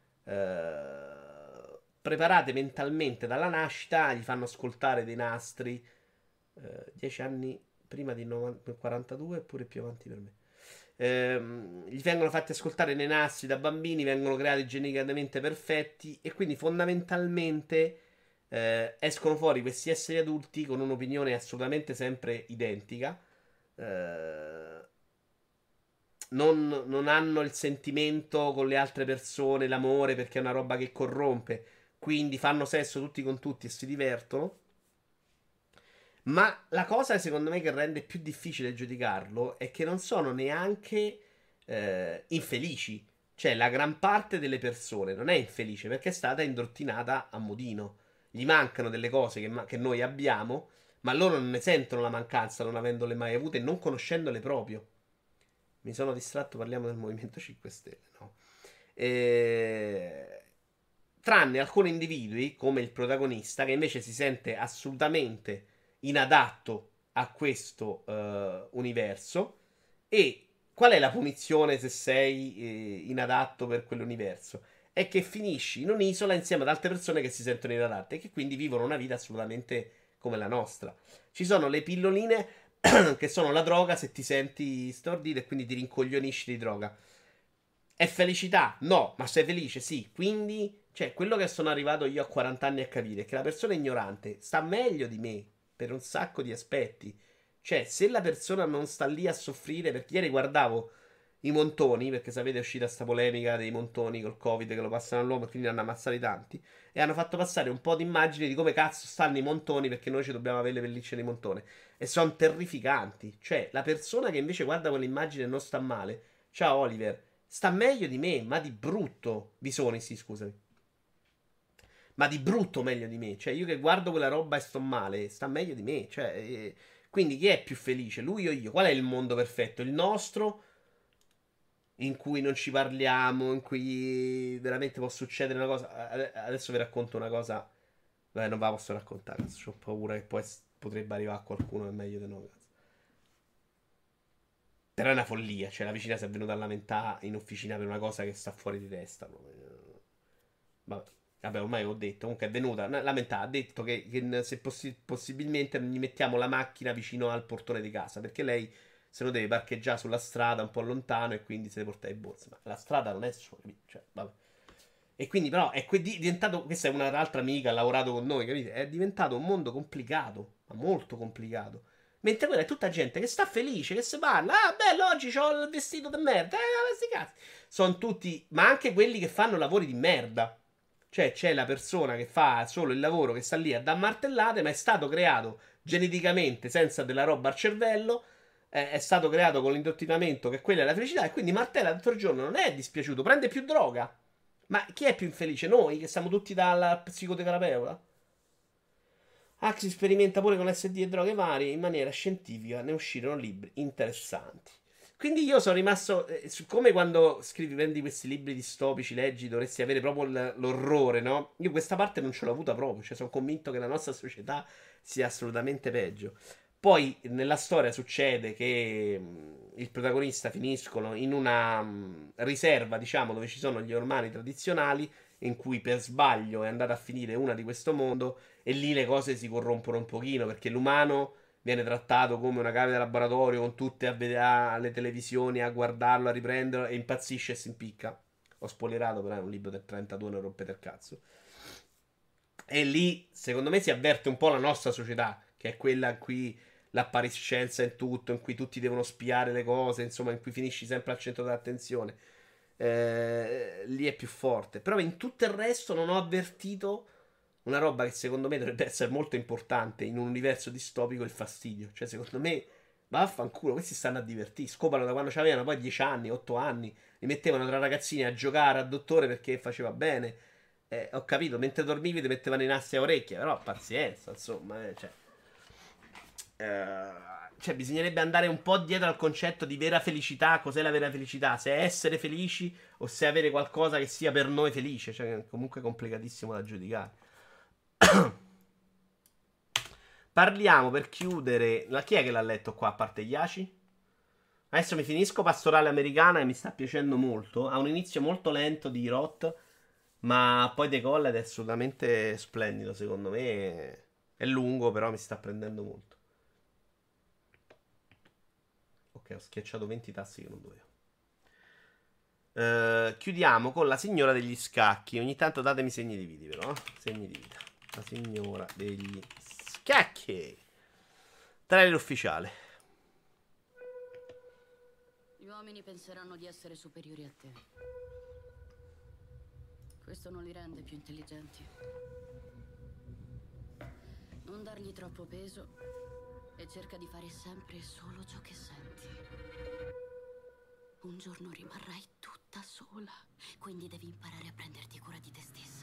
A: eh, preparate mentalmente dalla nascita, gli fanno ascoltare dei nastri eh, dieci anni prima di novanta quarantadue, oppure più avanti per me. Ehm, gli vengono fatti ascoltare nei nastri da bambini, vengono creati geneticamente perfetti e quindi fondamentalmente eh, escono fuori questi esseri adulti con un'opinione assolutamente sempre identica. Eh, non, non hanno il sentimento con le altre persone, l'amore, perché è una roba che corrompe. Quindi fanno sesso tutti con tutti e si divertono. Ma la cosa, secondo me, che rende più difficile giudicarlo è che non sono neanche eh, infelici. Cioè, la gran parte delle persone non è infelice perché è stata indottrinata a modino. Gli mancano delle cose che, ma- che noi abbiamo, ma loro non ne sentono la mancanza, non avendole mai avute e non conoscendole proprio. Mi sono distratto, parliamo del Movimento cinque Stelle, no? E... Tranne alcuni individui, come il protagonista, che invece si sente assolutamente inadatto a questo eh, universo. E qual è la punizione se sei eh, inadatto per quell'universo? È che finisci in un'isola insieme ad altre persone che si sentono inadatte e che quindi vivono una vita assolutamente come la nostra. Ci sono le pilloline che sono la droga se ti senti stordito e quindi ti rincoglionisci di droga. È felicità? No, ma sei felice? Sì. Quindi, cioè, quello che sono arrivato io a quaranta anni a capire è che la persona ignorante sta meglio di me per un sacco di aspetti. Cioè, se la persona non sta lì a soffrire, perché ieri guardavo i montoni, perché sapete è uscita sta polemica dei montoni col Covid che lo passano all'uomo e quindi ne hanno ammazzati tanti, e hanno fatto passare un po' di immagini di come cazzo stanno i montoni perché noi ci dobbiamo avere le pellicce di montone. E sono terrificanti. Cioè, la persona che invece guarda quell'immagine e non sta male, ciao Oliver, sta meglio di me, ma di brutto. Bisoni, sì, scusami. Ma di brutto meglio di me. Cioè, io che guardo quella roba e sto male, sta meglio di me. Cioè, eh, quindi chi è più felice? Lui o io? Qual è il mondo perfetto? Il nostro, in cui non ci parliamo, in cui veramente può succedere una cosa. Adesso vi racconto una cosa. Beh, non ve la posso raccontare. Ho paura che poi potrebbe arrivare a qualcuno che è meglio di noi. Però è una follia. Cioè, la vicina si è venuta a lamentare in officina per una cosa che sta fuori di testa. Vabbè, vabbè, ormai ho detto. Comunque è venuta a lamentare. Ha detto che, che se possi- possibilmente gli mettiamo la macchina vicino al portone di casa. Perché lei se lo deve parcheggiare sulla strada un po' lontano e quindi se ne porta i borsi. Ma la strada non è sua, capito? Cioè, vabbè. E quindi, però, è que- diventato. Questa è un'altra amica, ha lavorato con noi, capite? È diventato un mondo complicato, ma molto complicato. Mentre quella è tutta gente che sta felice, che si parla. Ah, bello, oggi ho il vestito di merda. Eh, questi cazzi. Sono tutti. Ma anche quelli che fanno lavori di merda. Cioè, c'è la persona che fa solo il lavoro, che sta lì a dar martellate, ma è stato creato geneticamente senza della roba al cervello. eh, È stato creato con l'indottrinamento che quella è la felicità. E quindi martella tutto il giorno. Non è dispiaciuto, prende più droga. Ma chi è più infelice? Noi che siamo tutti dalla psicoterapeuta? Axi sperimenta pure con L S D e droghe varie in maniera scientifica, ne uscirono libri interessanti. Quindi io sono rimasto. Eh, su- come quando scrivi, prendi questi libri distopici, leggi, dovresti avere proprio l- l'orrore, no? Io questa parte non ce l'ho avuta proprio. Cioè, sono convinto che la nostra società sia assolutamente peggio. Poi nella storia succede che mh, il protagonista finiscono in una mh, riserva, diciamo, dove ci sono gli ormani tradizionali, in cui per sbaglio è andata a finire una di questo mondo, e lì le cose si corrompono un pochino, perché l'umano viene trattato come una cavia da laboratorio, con tutte a vedere alle televisioni, a guardarlo, a riprenderlo, e impazzisce e si impicca. Ho spoilerato, però è un libro del trentadue, non rompete il cazzo. E lì, secondo me, si avverte un po' la nostra società, che è quella in cui l'appariscenza è tutto, in cui tutti devono spiare le cose, insomma, in cui finisci sempre al centro dell'attenzione. Eh, lì è più forte. Però in tutto il resto non ho avvertito una roba che secondo me dovrebbe essere molto importante in un universo distopico: il fastidio. Cioè, secondo me, vaffanculo, questi stanno a divertirsi. Scopano da quando avevano poi dieci anni, otto anni. Li mettevano tra ragazzini a giocare a dottore perché faceva bene. Eh, ho capito, mentre dormivi ti mettevano i nastri a orecchie, però pazienza, insomma, eh, cioè. Eh, cioè, bisognerebbe andare un po' dietro al concetto di vera felicità. Cos'è la vera felicità? Se è essere felici o se è avere qualcosa che sia per noi felice. Cioè, è comunque complicatissimo da giudicare. Parliamo per chiudere. La chi è che l'ha letto qua a parte Yashi? Adesso mi finisco Pastorale Americana e mi sta piacendo molto. Ha un inizio molto lento di Roth, ma poi decolla ed è assolutamente splendido, secondo me. È lungo, però mi sta prendendo molto. Ok, ho schiacciato venti tassi che non dovevo. Eh, chiudiamo con la signora degli scacchi. Ogni tanto datemi segni di vita, però. eh. Segni di vita. La signora degli scacchi. Trailer ufficiale.
D: Gli uomini penseranno di essere superiori a te. Questo non li rende più intelligenti. Non dargli troppo peso e cerca di fare sempre solo ciò che senti. Un giorno rimarrai tutta sola, quindi devi imparare a prenderti cura di te stessa.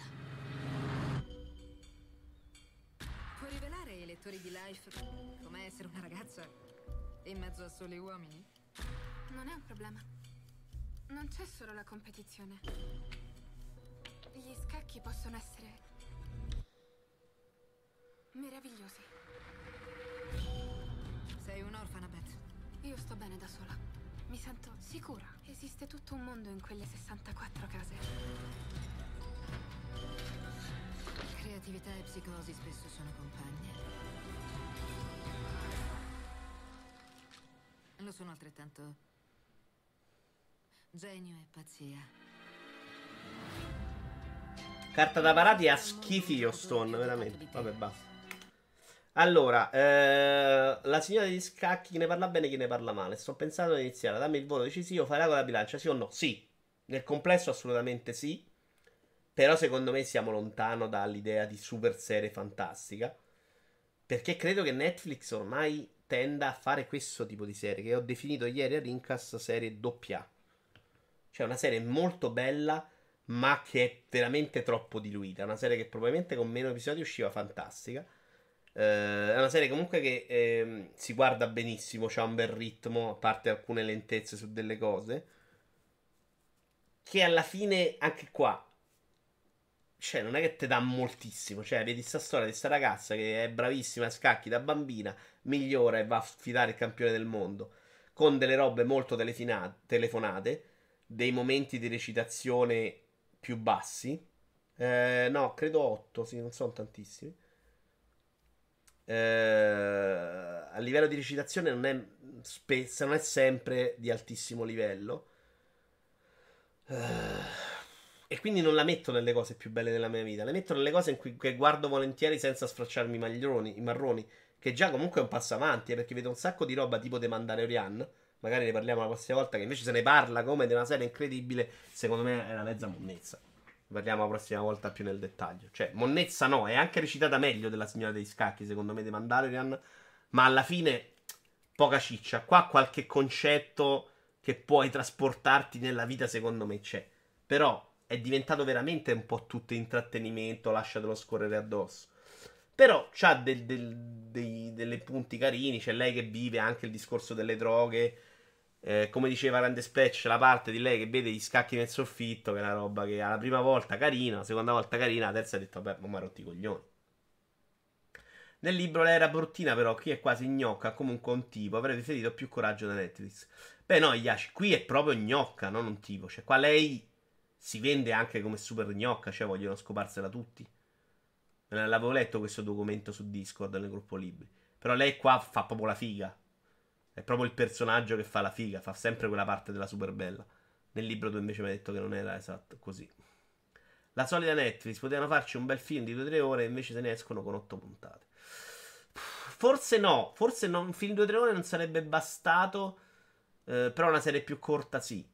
E: Puoi rivelare ai lettori di Life com'è essere una ragazza in mezzo a soli uomini?
F: Non è un problema. Non c'è solo la competizione. Gli scacchi possono essere meravigliosi.
E: Sei un'orfana, Beth.
F: Io sto bene da sola. Mi sento sicura. Esiste tutto un mondo in quelle sessantaquattro case.
E: Creatività e psicosi spesso sono compagne. Lo sono altrettanto genio e pazzia.
A: Carta da parati a schifi io Stone, veramente. Vabbè, basta. Allora, eh, la signora degli scacchi, chi ne parla bene, chi ne parla male. Sto pensando di iniziare. Dammi il voto decisivo. Fai la con la bilancia, sì o no? Sì. Nel complesso assolutamente sì. Però secondo me siamo lontano dall'idea di super serie fantastica. Perché credo che Netflix ormai tenda a fare questo tipo di serie, che ho definito ieri a Rincast serie doppia A. Cioè una serie molto bella, ma che è veramente troppo diluita. Una serie che probabilmente con meno episodi usciva fantastica. Eh, è una serie comunque che ehm, si guarda benissimo, c'ha un bel ritmo, a parte alcune lentezze su delle cose. Che alla fine, anche qua, cioè, non è che te dà moltissimo. Cioè, vedi sta storia di sta ragazza che è bravissima a scacchi da bambina, migliora e va a sfidare il campione del mondo, con delle robe molto telefina- telefonate, dei momenti di recitazione più bassi. Eh, no, credo otto, sì, non sono tantissimi. Eh, a livello di recitazione non è spesso, non è sempre di altissimo livello. Eh, e quindi non la metto nelle cose più belle della mia vita. Le metto nelle cose in cui che guardo volentieri senza sfracciarmi i maglioni, i marroni. Che già comunque è un passo avanti, eh, perché vedo un sacco di roba tipo The Mandalorian. Magari ne parliamo la prossima volta. Che invece se ne parla come di una serie incredibile. Secondo me è una mezza monnezza. Ne parliamo la prossima volta più nel dettaglio. Cioè, monnezza no, è anche recitata meglio della signora dei scacchi, secondo me, The Mandalorian. Ma alla fine, poca ciccia. Qua qualche concetto che puoi trasportarti nella vita, secondo me, c'è. Però è diventato veramente un po' tutto intrattenimento, lasciatelo scorrere addosso. Però c'ha del, del, dei, delle punti carini, c'è lei che vive anche il discorso delle droghe. Eh, come diceva Grande Splash, c'è la parte di lei che vede gli scacchi nel soffitto, che è una roba che alla prima volta carina, la seconda volta carina, la terza ha detto vabbè, ma mi ha rotto i coglioni. Nel libro lei era bruttina, però qui è quasi gnocca, comunque un tipo, avrei preferito più coraggio da Netflix. Beh no, Iaci, qui è proprio gnocca, non un tipo, cioè qua lei si vende anche come super gnocca, cioè vogliono scoparsela tutti. L'avevo letto questo documento su Discord nel gruppo libri. Però lei qua fa proprio la figa. È proprio il personaggio che fa la figa, fa sempre quella parte della super bella. Nel libro tu invece mi hai detto che non era esatto così. La solita Netflix, potevano farci un bel film di due tre ore e invece se ne escono con otto puntate. Forse no, forse no, un film di due tre ore non sarebbe bastato, eh, però una serie più corta sì.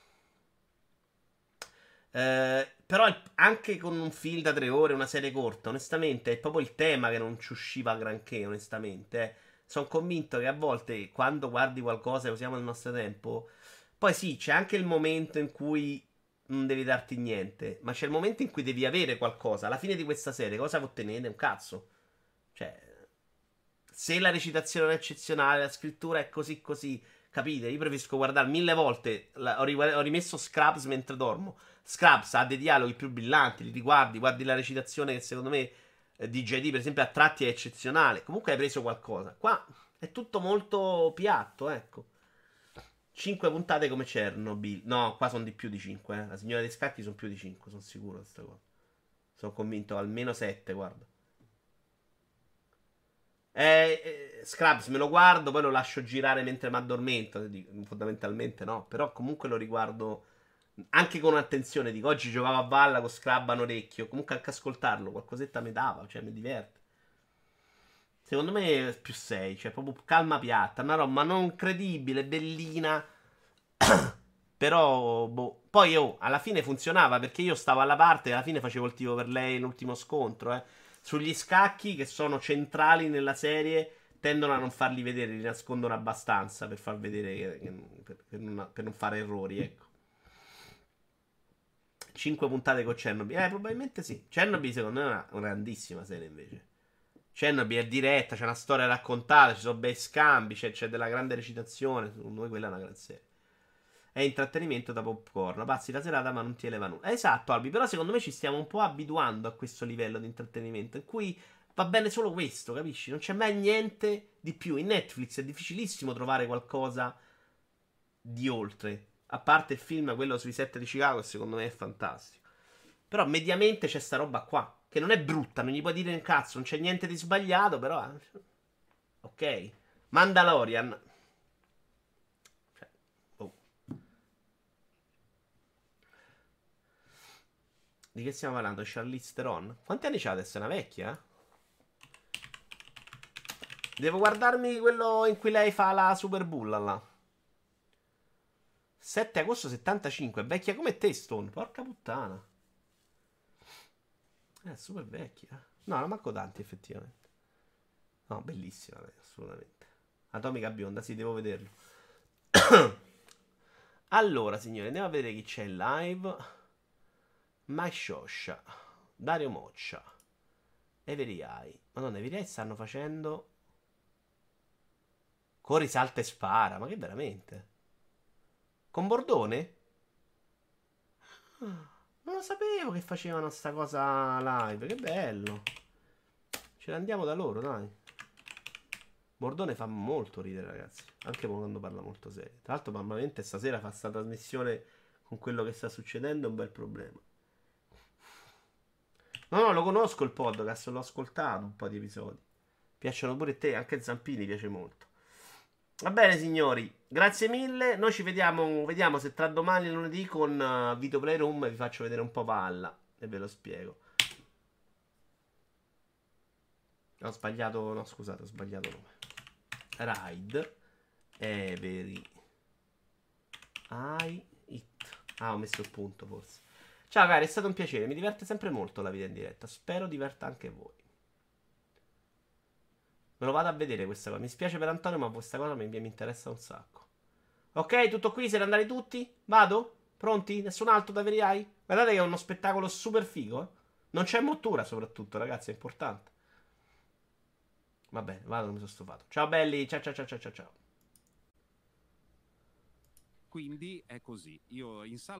A: Eh, però il- anche con un film da tre ore, una serie corta, onestamente è proprio il tema che non ci usciva granché, onestamente. eh. Sono convinto che a volte quando guardi qualcosa e usiamo il nostro tempo, poi sì, c'è anche il momento in cui non devi darti niente, ma c'è il momento in cui devi avere qualcosa. Alla fine di questa serie cosa può ottenere? Un cazzo. Cioè, se la recitazione è eccezionale, la scrittura è così così, capite? Io preferisco guardare mille volte. la- ho, ri- ho rimesso Scrubs mentre dormo. Scrubs ha dei dialoghi più brillanti, li riguardi, guardi la recitazione che secondo me eh, di J D, per esempio, a tratti è eccezionale. Comunque hai preso qualcosa. Qua è tutto molto piatto, ecco. cinque puntate come Chernobyl. No, qua sono di più di cinque. Eh. La signora dei scacchi sono più di cinque, sono sicuro di questa cosa. Sono convinto, almeno sette, guarda. Eh, eh, Scrubs me lo guardo, poi lo lascio girare mentre mi addormento. dico, Fondamentalmente no, però comunque lo riguardo anche con attenzione. Dico, oggi giocavo a balla con Scrub a un orecchio. Comunque anche ascoltarlo, qualcosetta mi dava, cioè mi diverte. Secondo me è più sei, cioè proprio calma piatta, una roba non credibile, bellina. Però, boh. Poi, oh, alla fine funzionava perché io stavo alla parte e alla fine facevo il tifo per lei l'ultimo scontro, eh. Sugli scacchi che sono centrali nella serie, tendono a non farli vedere, li nascondono abbastanza per far vedere che, che- per, per non, per non fare errori, ecco. cinque puntate con Chernobyl. Eh, probabilmente sì. Chernobyl secondo me è una, una grandissima serie invece. Chernobyl è diretta, c'è una storia raccontata, ci sono bei scambi, c'è, c'è della grande recitazione. Secondo me quella è una gran serie. È intrattenimento da popcorn. Passi la serata ma non ti eleva nulla. Esatto, Albi, però secondo me ci stiamo un po' abituando a questo livello di intrattenimento in cui va bene solo questo, capisci? Non c'è mai niente di più. In Netflix è difficilissimo trovare qualcosa di oltre. A parte il film, quello sui set di Chicago, che secondo me è fantastico. Però mediamente c'è sta roba qua, che non è brutta, non gli puoi dire un cazzo, non c'è niente di sbagliato, però... eh, ok. Mandalorian. Cioè, oh. Di che stiamo parlando? Charlize Theron? Quanti anni c'ha adesso? È una vecchia? eh? Devo guardarmi quello in cui lei fa la Super Bulla là. sette agosto settantacinque, è vecchia come te, Stone. Porca puttana. È super vecchia. No, non manco tanti, effettivamente. No, bellissima, lei, assolutamente. Atomica bionda, sì, devo vederlo. Allora, signori, andiamo a vedere chi c'è in live. Mai Shosha, Dario Moccia, Everiai. Madonna, Everiai stanno facendo Cori salta e spara. Ma che veramente? Con Bordone? Ah, non lo sapevo che facevano sta cosa live. Che bello. Ce ne andiamo da loro, dai. Bordone fa molto ridere, ragazzi. Anche quando parla molto serio. Tra l'altro, probabilmente stasera fa sta trasmissione con quello che sta succedendo. È un bel problema. No, no, lo conosco il podcast. L'ho ascoltato un po' di episodi. Piacciono pure a te. Anche Zampini piace molto. Va bene, signori. Grazie mille. Noi ci vediamo. Vediamo se tra domani e lunedì con uh, Vito Playroom vi faccio vedere un po' palla. E ve lo spiego. Ho sbagliato. No, scusate, ho sbagliato nome. Ride Every I It. Ah, ho messo il punto forse. Ciao cari, è stato un piacere. Mi diverte sempre molto la vita in diretta. Spero diverta anche voi. Me lo vado a vedere questa cosa. Mi spiace per Antonio, ma questa cosa mi, mi interessa un sacco. Ok, tutto qui, siete andati tutti? Vado? Pronti? Nessun altro da Every? Guardate che è uno spettacolo super figo, eh? Non c'è mottura soprattutto, ragazzi, è importante. Va bene, vado, mi sono stufato. Ciao belli, ciao ciao ciao ciao ciao.
G: quindi è così. Io in sala